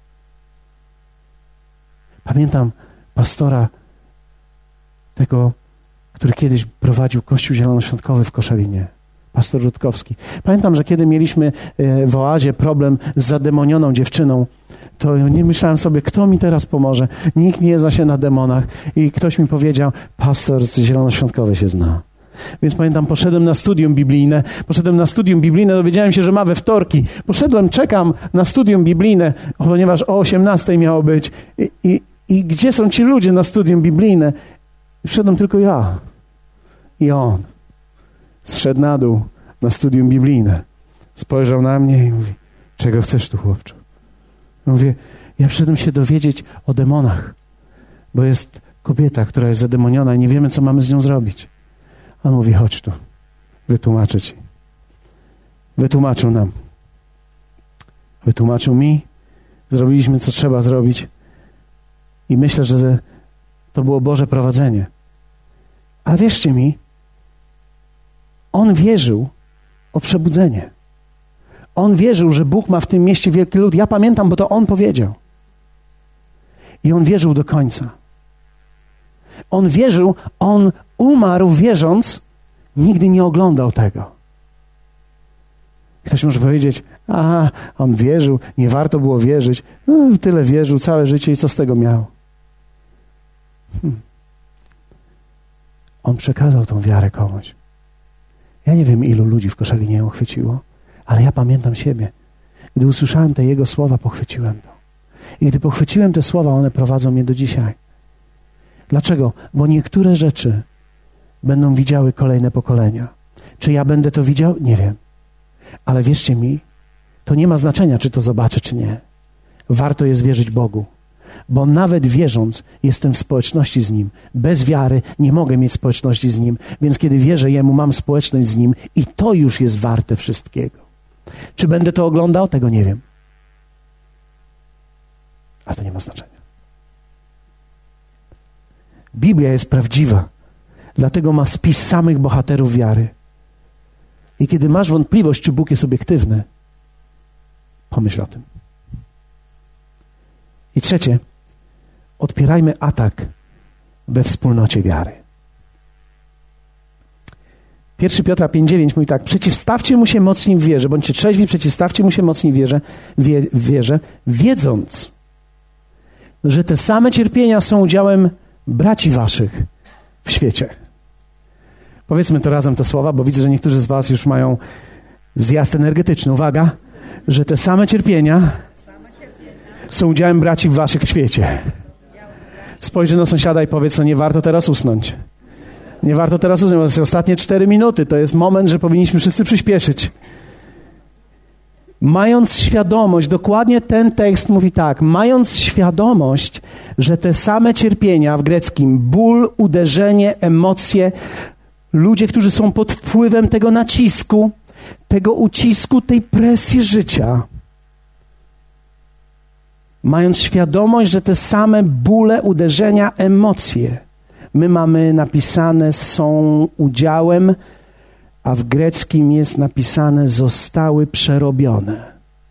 Pamiętam pastora tego, który kiedyś prowadził Kościół Zielonoświątkowy w Koszalinie. Pastor Rutkowski. Pamiętam, że kiedy mieliśmy w oazie problem z zademonioną dziewczyną, to nie myślałem sobie, kto mi teraz pomoże. Nikt nie zna się na demonach. I ktoś mi powiedział, pastor z Zielonoświątkowy się zna. Więc pamiętam, poszedłem na studium biblijne, dowiedziałem się, że ma we wtorki. Poszedłem, czekam na studium biblijne, ponieważ o 18:00 miało być. I gdzie są ci ludzie na studium biblijne? I wszedłem tylko ja i on. Zszedł na dół na studium biblijne. Spojrzał na mnie i mówi, czego chcesz tu, chłopcze? Mówię, ja przyszedłem się dowiedzieć o demonach, bo jest kobieta, która jest zademoniona i nie wiemy, co mamy z nią zrobić. A on mówi, chodź tu, wytłumaczę ci. Wytłumaczył nam. Wytłumaczył mi, zrobiliśmy, co trzeba zrobić i myślę, że to było Boże prowadzenie. Ale wierzcie mi, on wierzył o przebudzenie. On wierzył, że Bóg ma w tym mieście wielki lud. Ja pamiętam, bo to on powiedział. I on wierzył do końca. On wierzył, on umarł wierząc, nigdy nie oglądał tego. Ktoś może powiedzieć, on wierzył, nie warto było wierzyć. No, tyle wierzył, całe życie i co z tego miał? On przekazał tą wiarę komuś. Ja nie wiem, ilu ludzi w Koszalinie ją chwyciło, ale ja pamiętam siebie. Gdy usłyszałem te jego słowa, pochwyciłem to. I gdy pochwyciłem te słowa, one prowadzą mnie do dzisiaj. Dlaczego? Bo niektóre rzeczy będą widziały kolejne pokolenia. Czy ja będę to widział? Nie wiem. Ale wierzcie mi, to nie ma znaczenia, czy to zobaczę, czy nie. Warto jest wierzyć Bogu. Bo nawet wierząc, jestem w społeczności z Nim. Bez wiary nie mogę mieć społeczności z Nim, więc kiedy wierzę Jemu, mam społeczność z Nim i to już jest warte wszystkiego. Czy będę to oglądał? Tego nie wiem. Ale to nie ma znaczenia. Biblia jest prawdziwa, dlatego ma spis samych bohaterów wiary. I kiedy masz wątpliwość, czy Bóg jest obiektywny, pomyśl o tym. I trzecie, odpierajmy atak we wspólnocie wiary. 1 Piotra 5,9 mówi tak, przeciwstawcie mu się mocni w wierze, bądźcie trzeźwi, przeciwstawcie mu się mocni w wierze, wiedząc, że te same cierpienia są udziałem braci waszych w świecie. Powiedzmy to razem te słowa, bo widzę, że niektórzy z was już mają Zjazd energetyczny. Uwaga, że te same cierpienia są udziałem braci w waszych świecie. Spojrzyj na sąsiada i powiedz, no nie warto teraz usnąć. Nie warto teraz usnąć, bo to są ostatnie 4 minuty. To jest moment, że powinniśmy wszyscy przyspieszyć. Mając świadomość, dokładnie ten tekst mówi tak, mając świadomość, że te same cierpienia w greckim, ból, uderzenie, emocje, ludzie, którzy są pod wpływem tego nacisku, tego ucisku, tej presji życia, mając świadomość, że te same bóle, uderzenia, emocje, my mamy napisane, są udziałem, a w greckim jest napisane, zostały przerobione,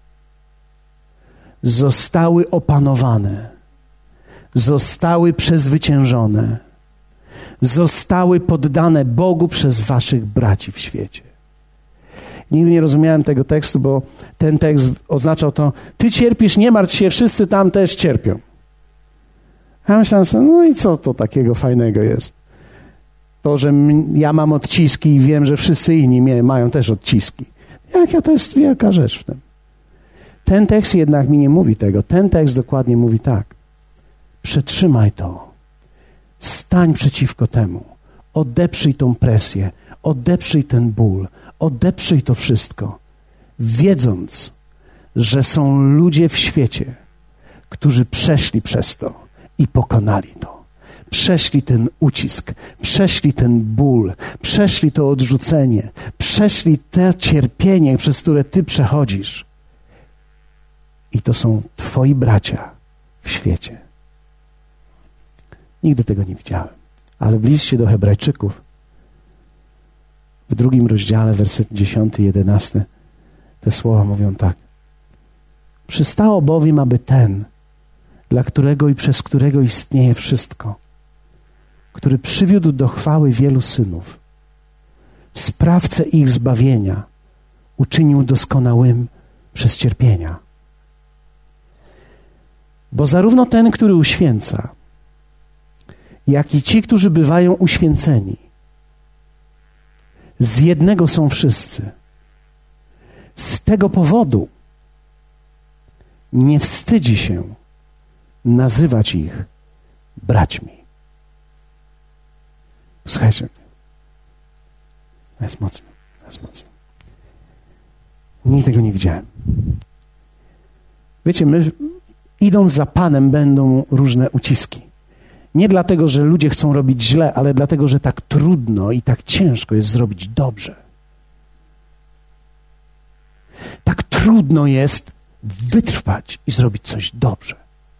zostały opanowane, zostały przezwyciężone, zostały poddane Bogu przez waszych braci w świecie. Nigdy nie rozumiałem tego tekstu, bo ten tekst oznaczał to, ty cierpisz, nie martw się, wszyscy tam też cierpią. A ja myślałem sobie, no i co to takiego fajnego jest? To, że ja mam odciski i wiem, że wszyscy inni mają też odciski. Jaka to jest wielka rzecz w tym. Ten tekst jednak mi nie mówi tego. Ten tekst dokładnie mówi tak. Przetrzymaj to. Stań przeciwko temu. Odeprzyj tą presję. Odeprzyj ten ból. Odeprzyj to wszystko. Wiedząc, że są ludzie w świecie, którzy przeszli przez to i pokonali to. Przeszli ten ucisk, przeszli ten ból, przeszli to odrzucenie, przeszli to cierpienie, przez które ty przechodzisz. I to są twoi bracia w świecie. Nigdy tego nie widziałem. Ale w liście do Hebrajczyków, w 2 rozdziale, werset 10 i 11, te słowa mówią tak. Przystało bowiem, aby ten, dla którego i przez którego istnieje wszystko, który przywiódł do chwały wielu synów, sprawcę ich zbawienia, uczynił doskonałym przez cierpienia. Bo zarówno ten, który uświęca, jak i ci, którzy bywają uświęceni, z jednego są wszyscy. Z tego powodu nie wstydzi się nazywać ich braćmi. Słuchajcie, to jest mocno, to jest mocno. Nigdy tego nie widziałem. Wiecie, my idąc za Panem będą różne uciski. Nie dlatego, że ludzie chcą robić źle, ale dlatego, że tak trudno i tak ciężko jest zrobić dobrze. Tak trudno jest wytrwać i zrobić coś dobrze.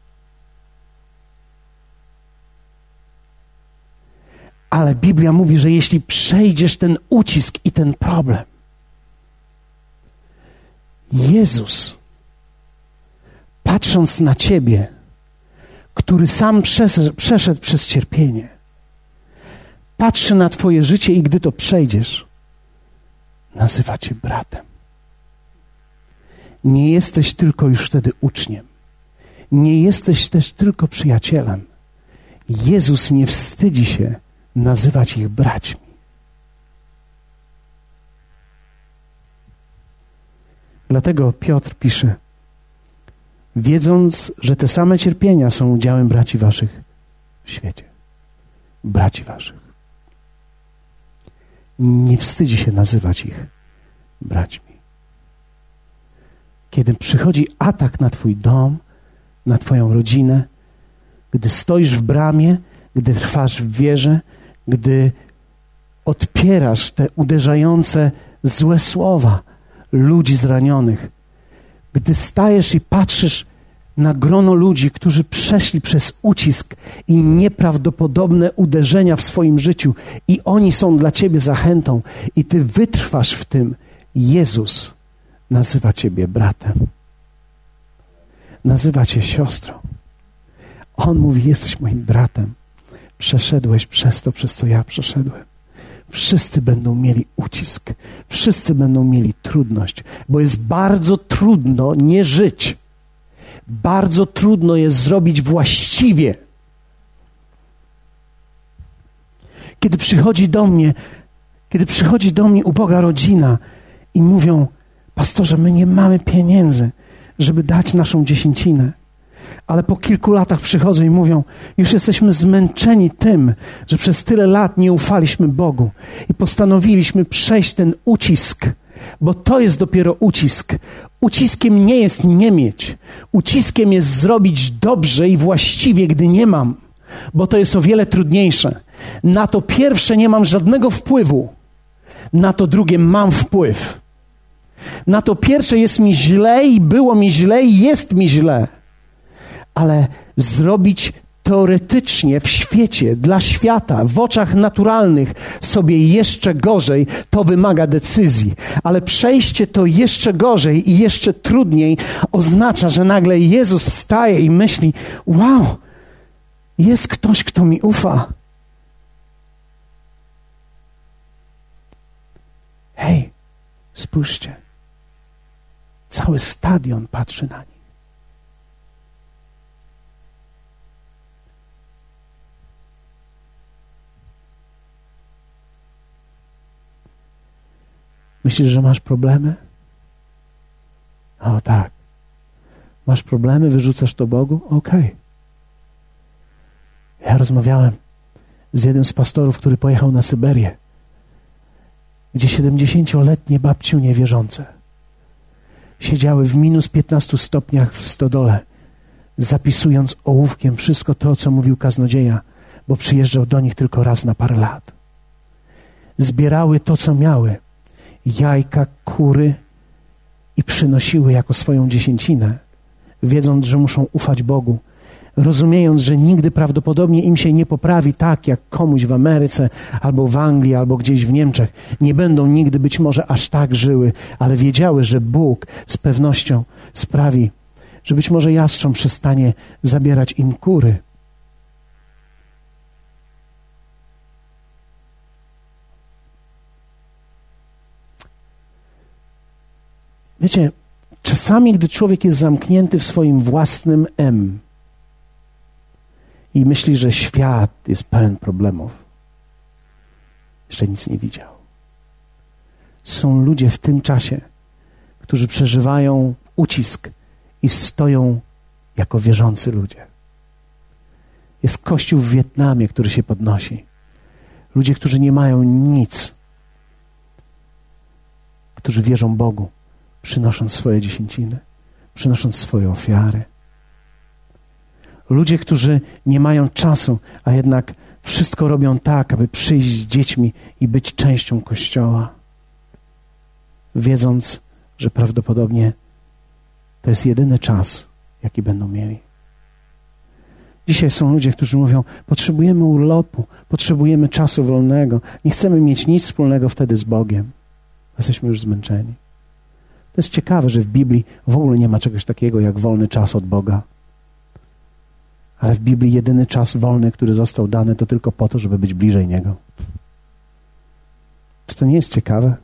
Ale Biblia mówi, że jeśli przejdziesz ten ucisk i ten problem, Jezus, patrząc na ciebie, który sam przeszedł przez cierpienie, patrzy na twoje życie i gdy to przejdziesz, nazywa cię bratem. Nie jesteś tylko już wtedy uczniem. Nie jesteś też tylko przyjacielem. Jezus nie wstydzi się nazywać ich braćmi. Dlatego Piotr pisze, wiedząc, że te same cierpienia są udziałem braci waszych w świecie. Braci waszych. Nie wstydzi się nazywać ich braćmi. Kiedy przychodzi atak na twój dom, na twoją rodzinę, gdy stoisz w bramie, gdy trwasz w wierze, gdy odpierasz te uderzające złe słowa ludzi zranionych, gdy stajesz i patrzysz na grono ludzi, którzy przeszli przez ucisk i nieprawdopodobne uderzenia w swoim życiu i oni są dla ciebie zachętą i ty wytrwasz w tym, Jezus nazywa ciebie bratem. Nazywa cię siostrą. On mówi, jesteś moim bratem. Przeszedłeś przez to, przez co ja przeszedłem. Wszyscy będą mieli ucisk. Wszyscy będą mieli trudność, bo jest bardzo trudno nie żyć. Bardzo trudno jest zrobić właściwie. Kiedy przychodzi do mnie uboga rodzina i mówią: pastorze, my nie mamy pieniędzy, żeby dać naszą dziesięcinę. Ale po kilku latach przychodzą i mówią: już jesteśmy zmęczeni tym, że przez tyle lat nie ufaliśmy Bogu i postanowiliśmy przejść ten ucisk, bo to jest dopiero ucisk. Uciskiem nie jest nie mieć. Uciskiem jest zrobić dobrze i właściwie, gdy nie mam, bo to jest o wiele trudniejsze. Na to pierwsze nie mam żadnego wpływu, na to drugie mam wpływ. Na to pierwsze jest mi źle i było mi źle i jest mi źle. Ale zrobić teoretycznie w świecie, dla świata, w oczach naturalnych sobie jeszcze gorzej, to wymaga decyzji. Ale przejście to jeszcze gorzej i jeszcze trudniej oznacza, że nagle Jezus wstaje i myśli: wow, jest ktoś, kto mi ufa. Hej, spójrzcie. Cały stadion patrzy na nich. Myślisz, że masz problemy? O tak. Masz problemy, wyrzucasz to Bogu? Okej. Ja rozmawiałem z jednym z pastorów, który pojechał na Syberię, gdzie 70-letnie babciu niewierzące siedziały w minus 15 stopniach w stodole, zapisując ołówkiem wszystko to, co mówił kaznodzieja, bo przyjeżdżał do nich tylko raz na parę lat. Zbierały to, co miały, jajka, kury, i przynosiły jako swoją dziesięcinę, wiedząc, że muszą ufać Bogu, rozumiejąc, że nigdy prawdopodobnie im się nie poprawi tak, jak komuś w Ameryce, albo w Anglii, albo gdzieś w Niemczech. Nie będą nigdy być może aż tak żyły, ale wiedziały, że Bóg z pewnością sprawi, że być może jastrząb przestanie zabierać im kury. Wiecie, czasami, gdy człowiek jest zamknięty w swoim własnym i myśli, że świat jest pełen problemów, jeszcze nic nie widział. Są ludzie w tym czasie, którzy przeżywają ucisk i stoją jako wierzący ludzie. Jest kościół w Wietnamie, który się podnosi. Ludzie, którzy nie mają nic, którzy wierzą Bogu, przynosząc swoje dziesięciny, przynosząc swoje ofiary. Ludzie, którzy nie mają czasu, a jednak wszystko robią tak, aby przyjść z dziećmi i być częścią Kościoła, wiedząc, że prawdopodobnie to jest jedyny czas, jaki będą mieli. Dzisiaj są ludzie, którzy mówią: potrzebujemy urlopu, potrzebujemy czasu wolnego, nie chcemy mieć nic wspólnego wtedy z Bogiem. Jesteśmy już zmęczeni. To jest ciekawe, że w Biblii w ogóle nie ma czegoś takiego jak wolny czas od Boga. Ale w Biblii jedyny czas wolny, który został dany, to tylko po to, żeby być bliżej Niego. Czy to nie jest ciekawe?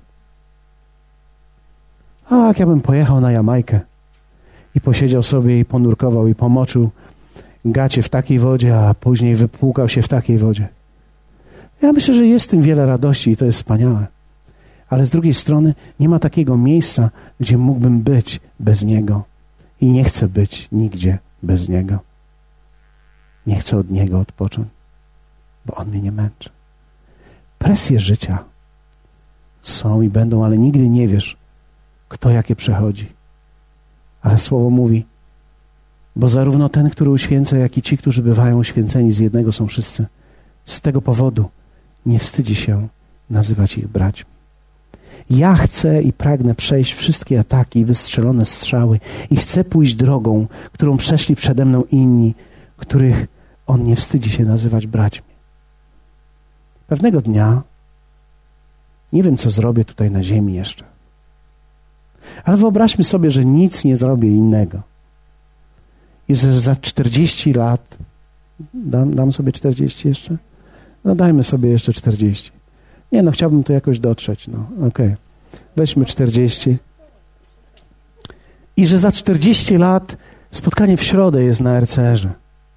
Jak ja bym pojechał na Jamajkę i posiedział sobie i ponurkował i pomoczył gacie w takiej wodzie, a później wypłukał się w takiej wodzie. Ja myślę, że jest w tym wiele radości i to jest wspaniałe. Ale z drugiej strony nie ma takiego miejsca, gdzie mógłbym być bez Niego. I nie chcę być nigdzie bez Niego. Nie chcę od Niego odpocząć, bo On mnie nie męczy. Presje życia są i będą, ale nigdy nie wiesz, kto jakie przechodzi. Ale Słowo mówi: bo zarówno ten, który uświęca, jak i ci, którzy bywają uświęceni z jednego są wszyscy. Z tego powodu nie wstydzi się nazywać ich braćmi. Ja chcę i pragnę przejść wszystkie ataki i wystrzelone strzały i chcę pójść drogą, którą przeszli przede mną inni, których On nie wstydzi się nazywać braćmi. Pewnego dnia nie wiem, co zrobię tutaj na ziemi jeszcze. Ale wyobraźmy sobie, że nic nie zrobię innego. I że za 40 lat, dam sobie 40 jeszcze? No dajmy sobie jeszcze 40. Nie, no chciałbym tu jakoś dotrzeć. No okej. Weźmy 40. I że za 40 lat spotkanie w środę jest na RCR-ze.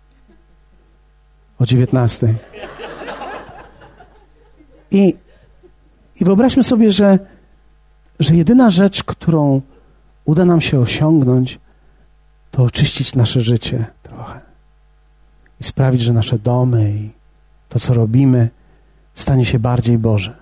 O 19. I wyobraźmy sobie, że że jedyna rzecz, którą uda nam się osiągnąć, to oczyścić nasze życie trochę i sprawić, że nasze domy i to, co robimy, stanie się bardziej Boże.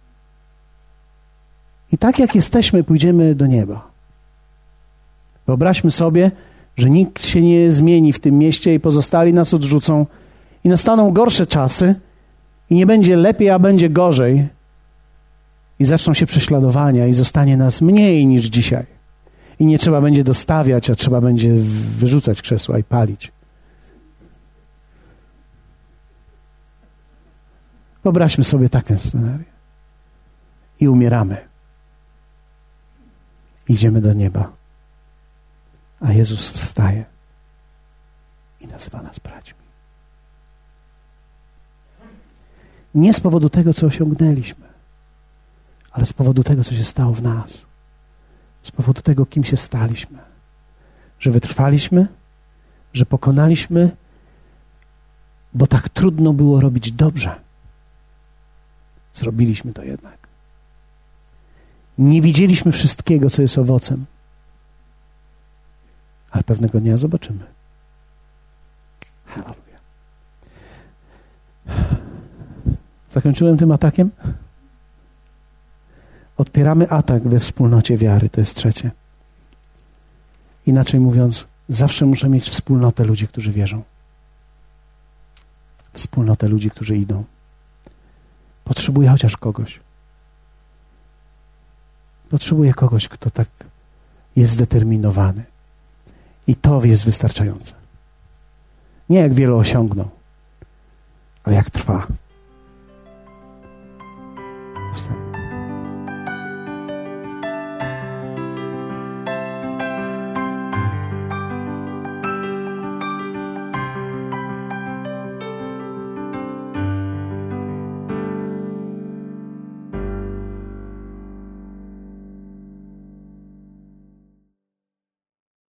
I tak jak jesteśmy, pójdziemy do nieba. Wyobraźmy sobie, że nikt się nie zmieni w tym mieście i pozostali nas odrzucą i nastaną gorsze czasy i nie będzie lepiej, a będzie gorzej i zaczną się prześladowania i zostanie nas mniej niż dzisiaj. I nie trzeba będzie dostawiać, a trzeba będzie wyrzucać krzesła i palić. Wyobraźmy sobie takie scenariusz. I umieramy. Idziemy do nieba. A Jezus wstaje i nazywa nas braćmi. Nie z powodu tego, co osiągnęliśmy, ale z powodu tego, co się stało w nas. Z powodu tego, kim się staliśmy. Że wytrwaliśmy, że pokonaliśmy, bo tak trudno było robić dobrze. Zrobiliśmy to jednak. Nie widzieliśmy wszystkiego, co jest owocem. Ale pewnego dnia zobaczymy. Halleluja. Zakończyłem tym atakiem? Odpieramy atak we wspólnocie wiary, to jest trzecie. Inaczej mówiąc, zawsze muszę mieć wspólnotę ludzi, którzy wierzą. Wspólnotę ludzi, którzy idą. Potrzebuję chociaż kogoś. Potrzebuję kogoś, kto tak jest zdeterminowany. I to jest wystarczające. Nie jak wiele osiągnął, ale jak trwa. Powstań.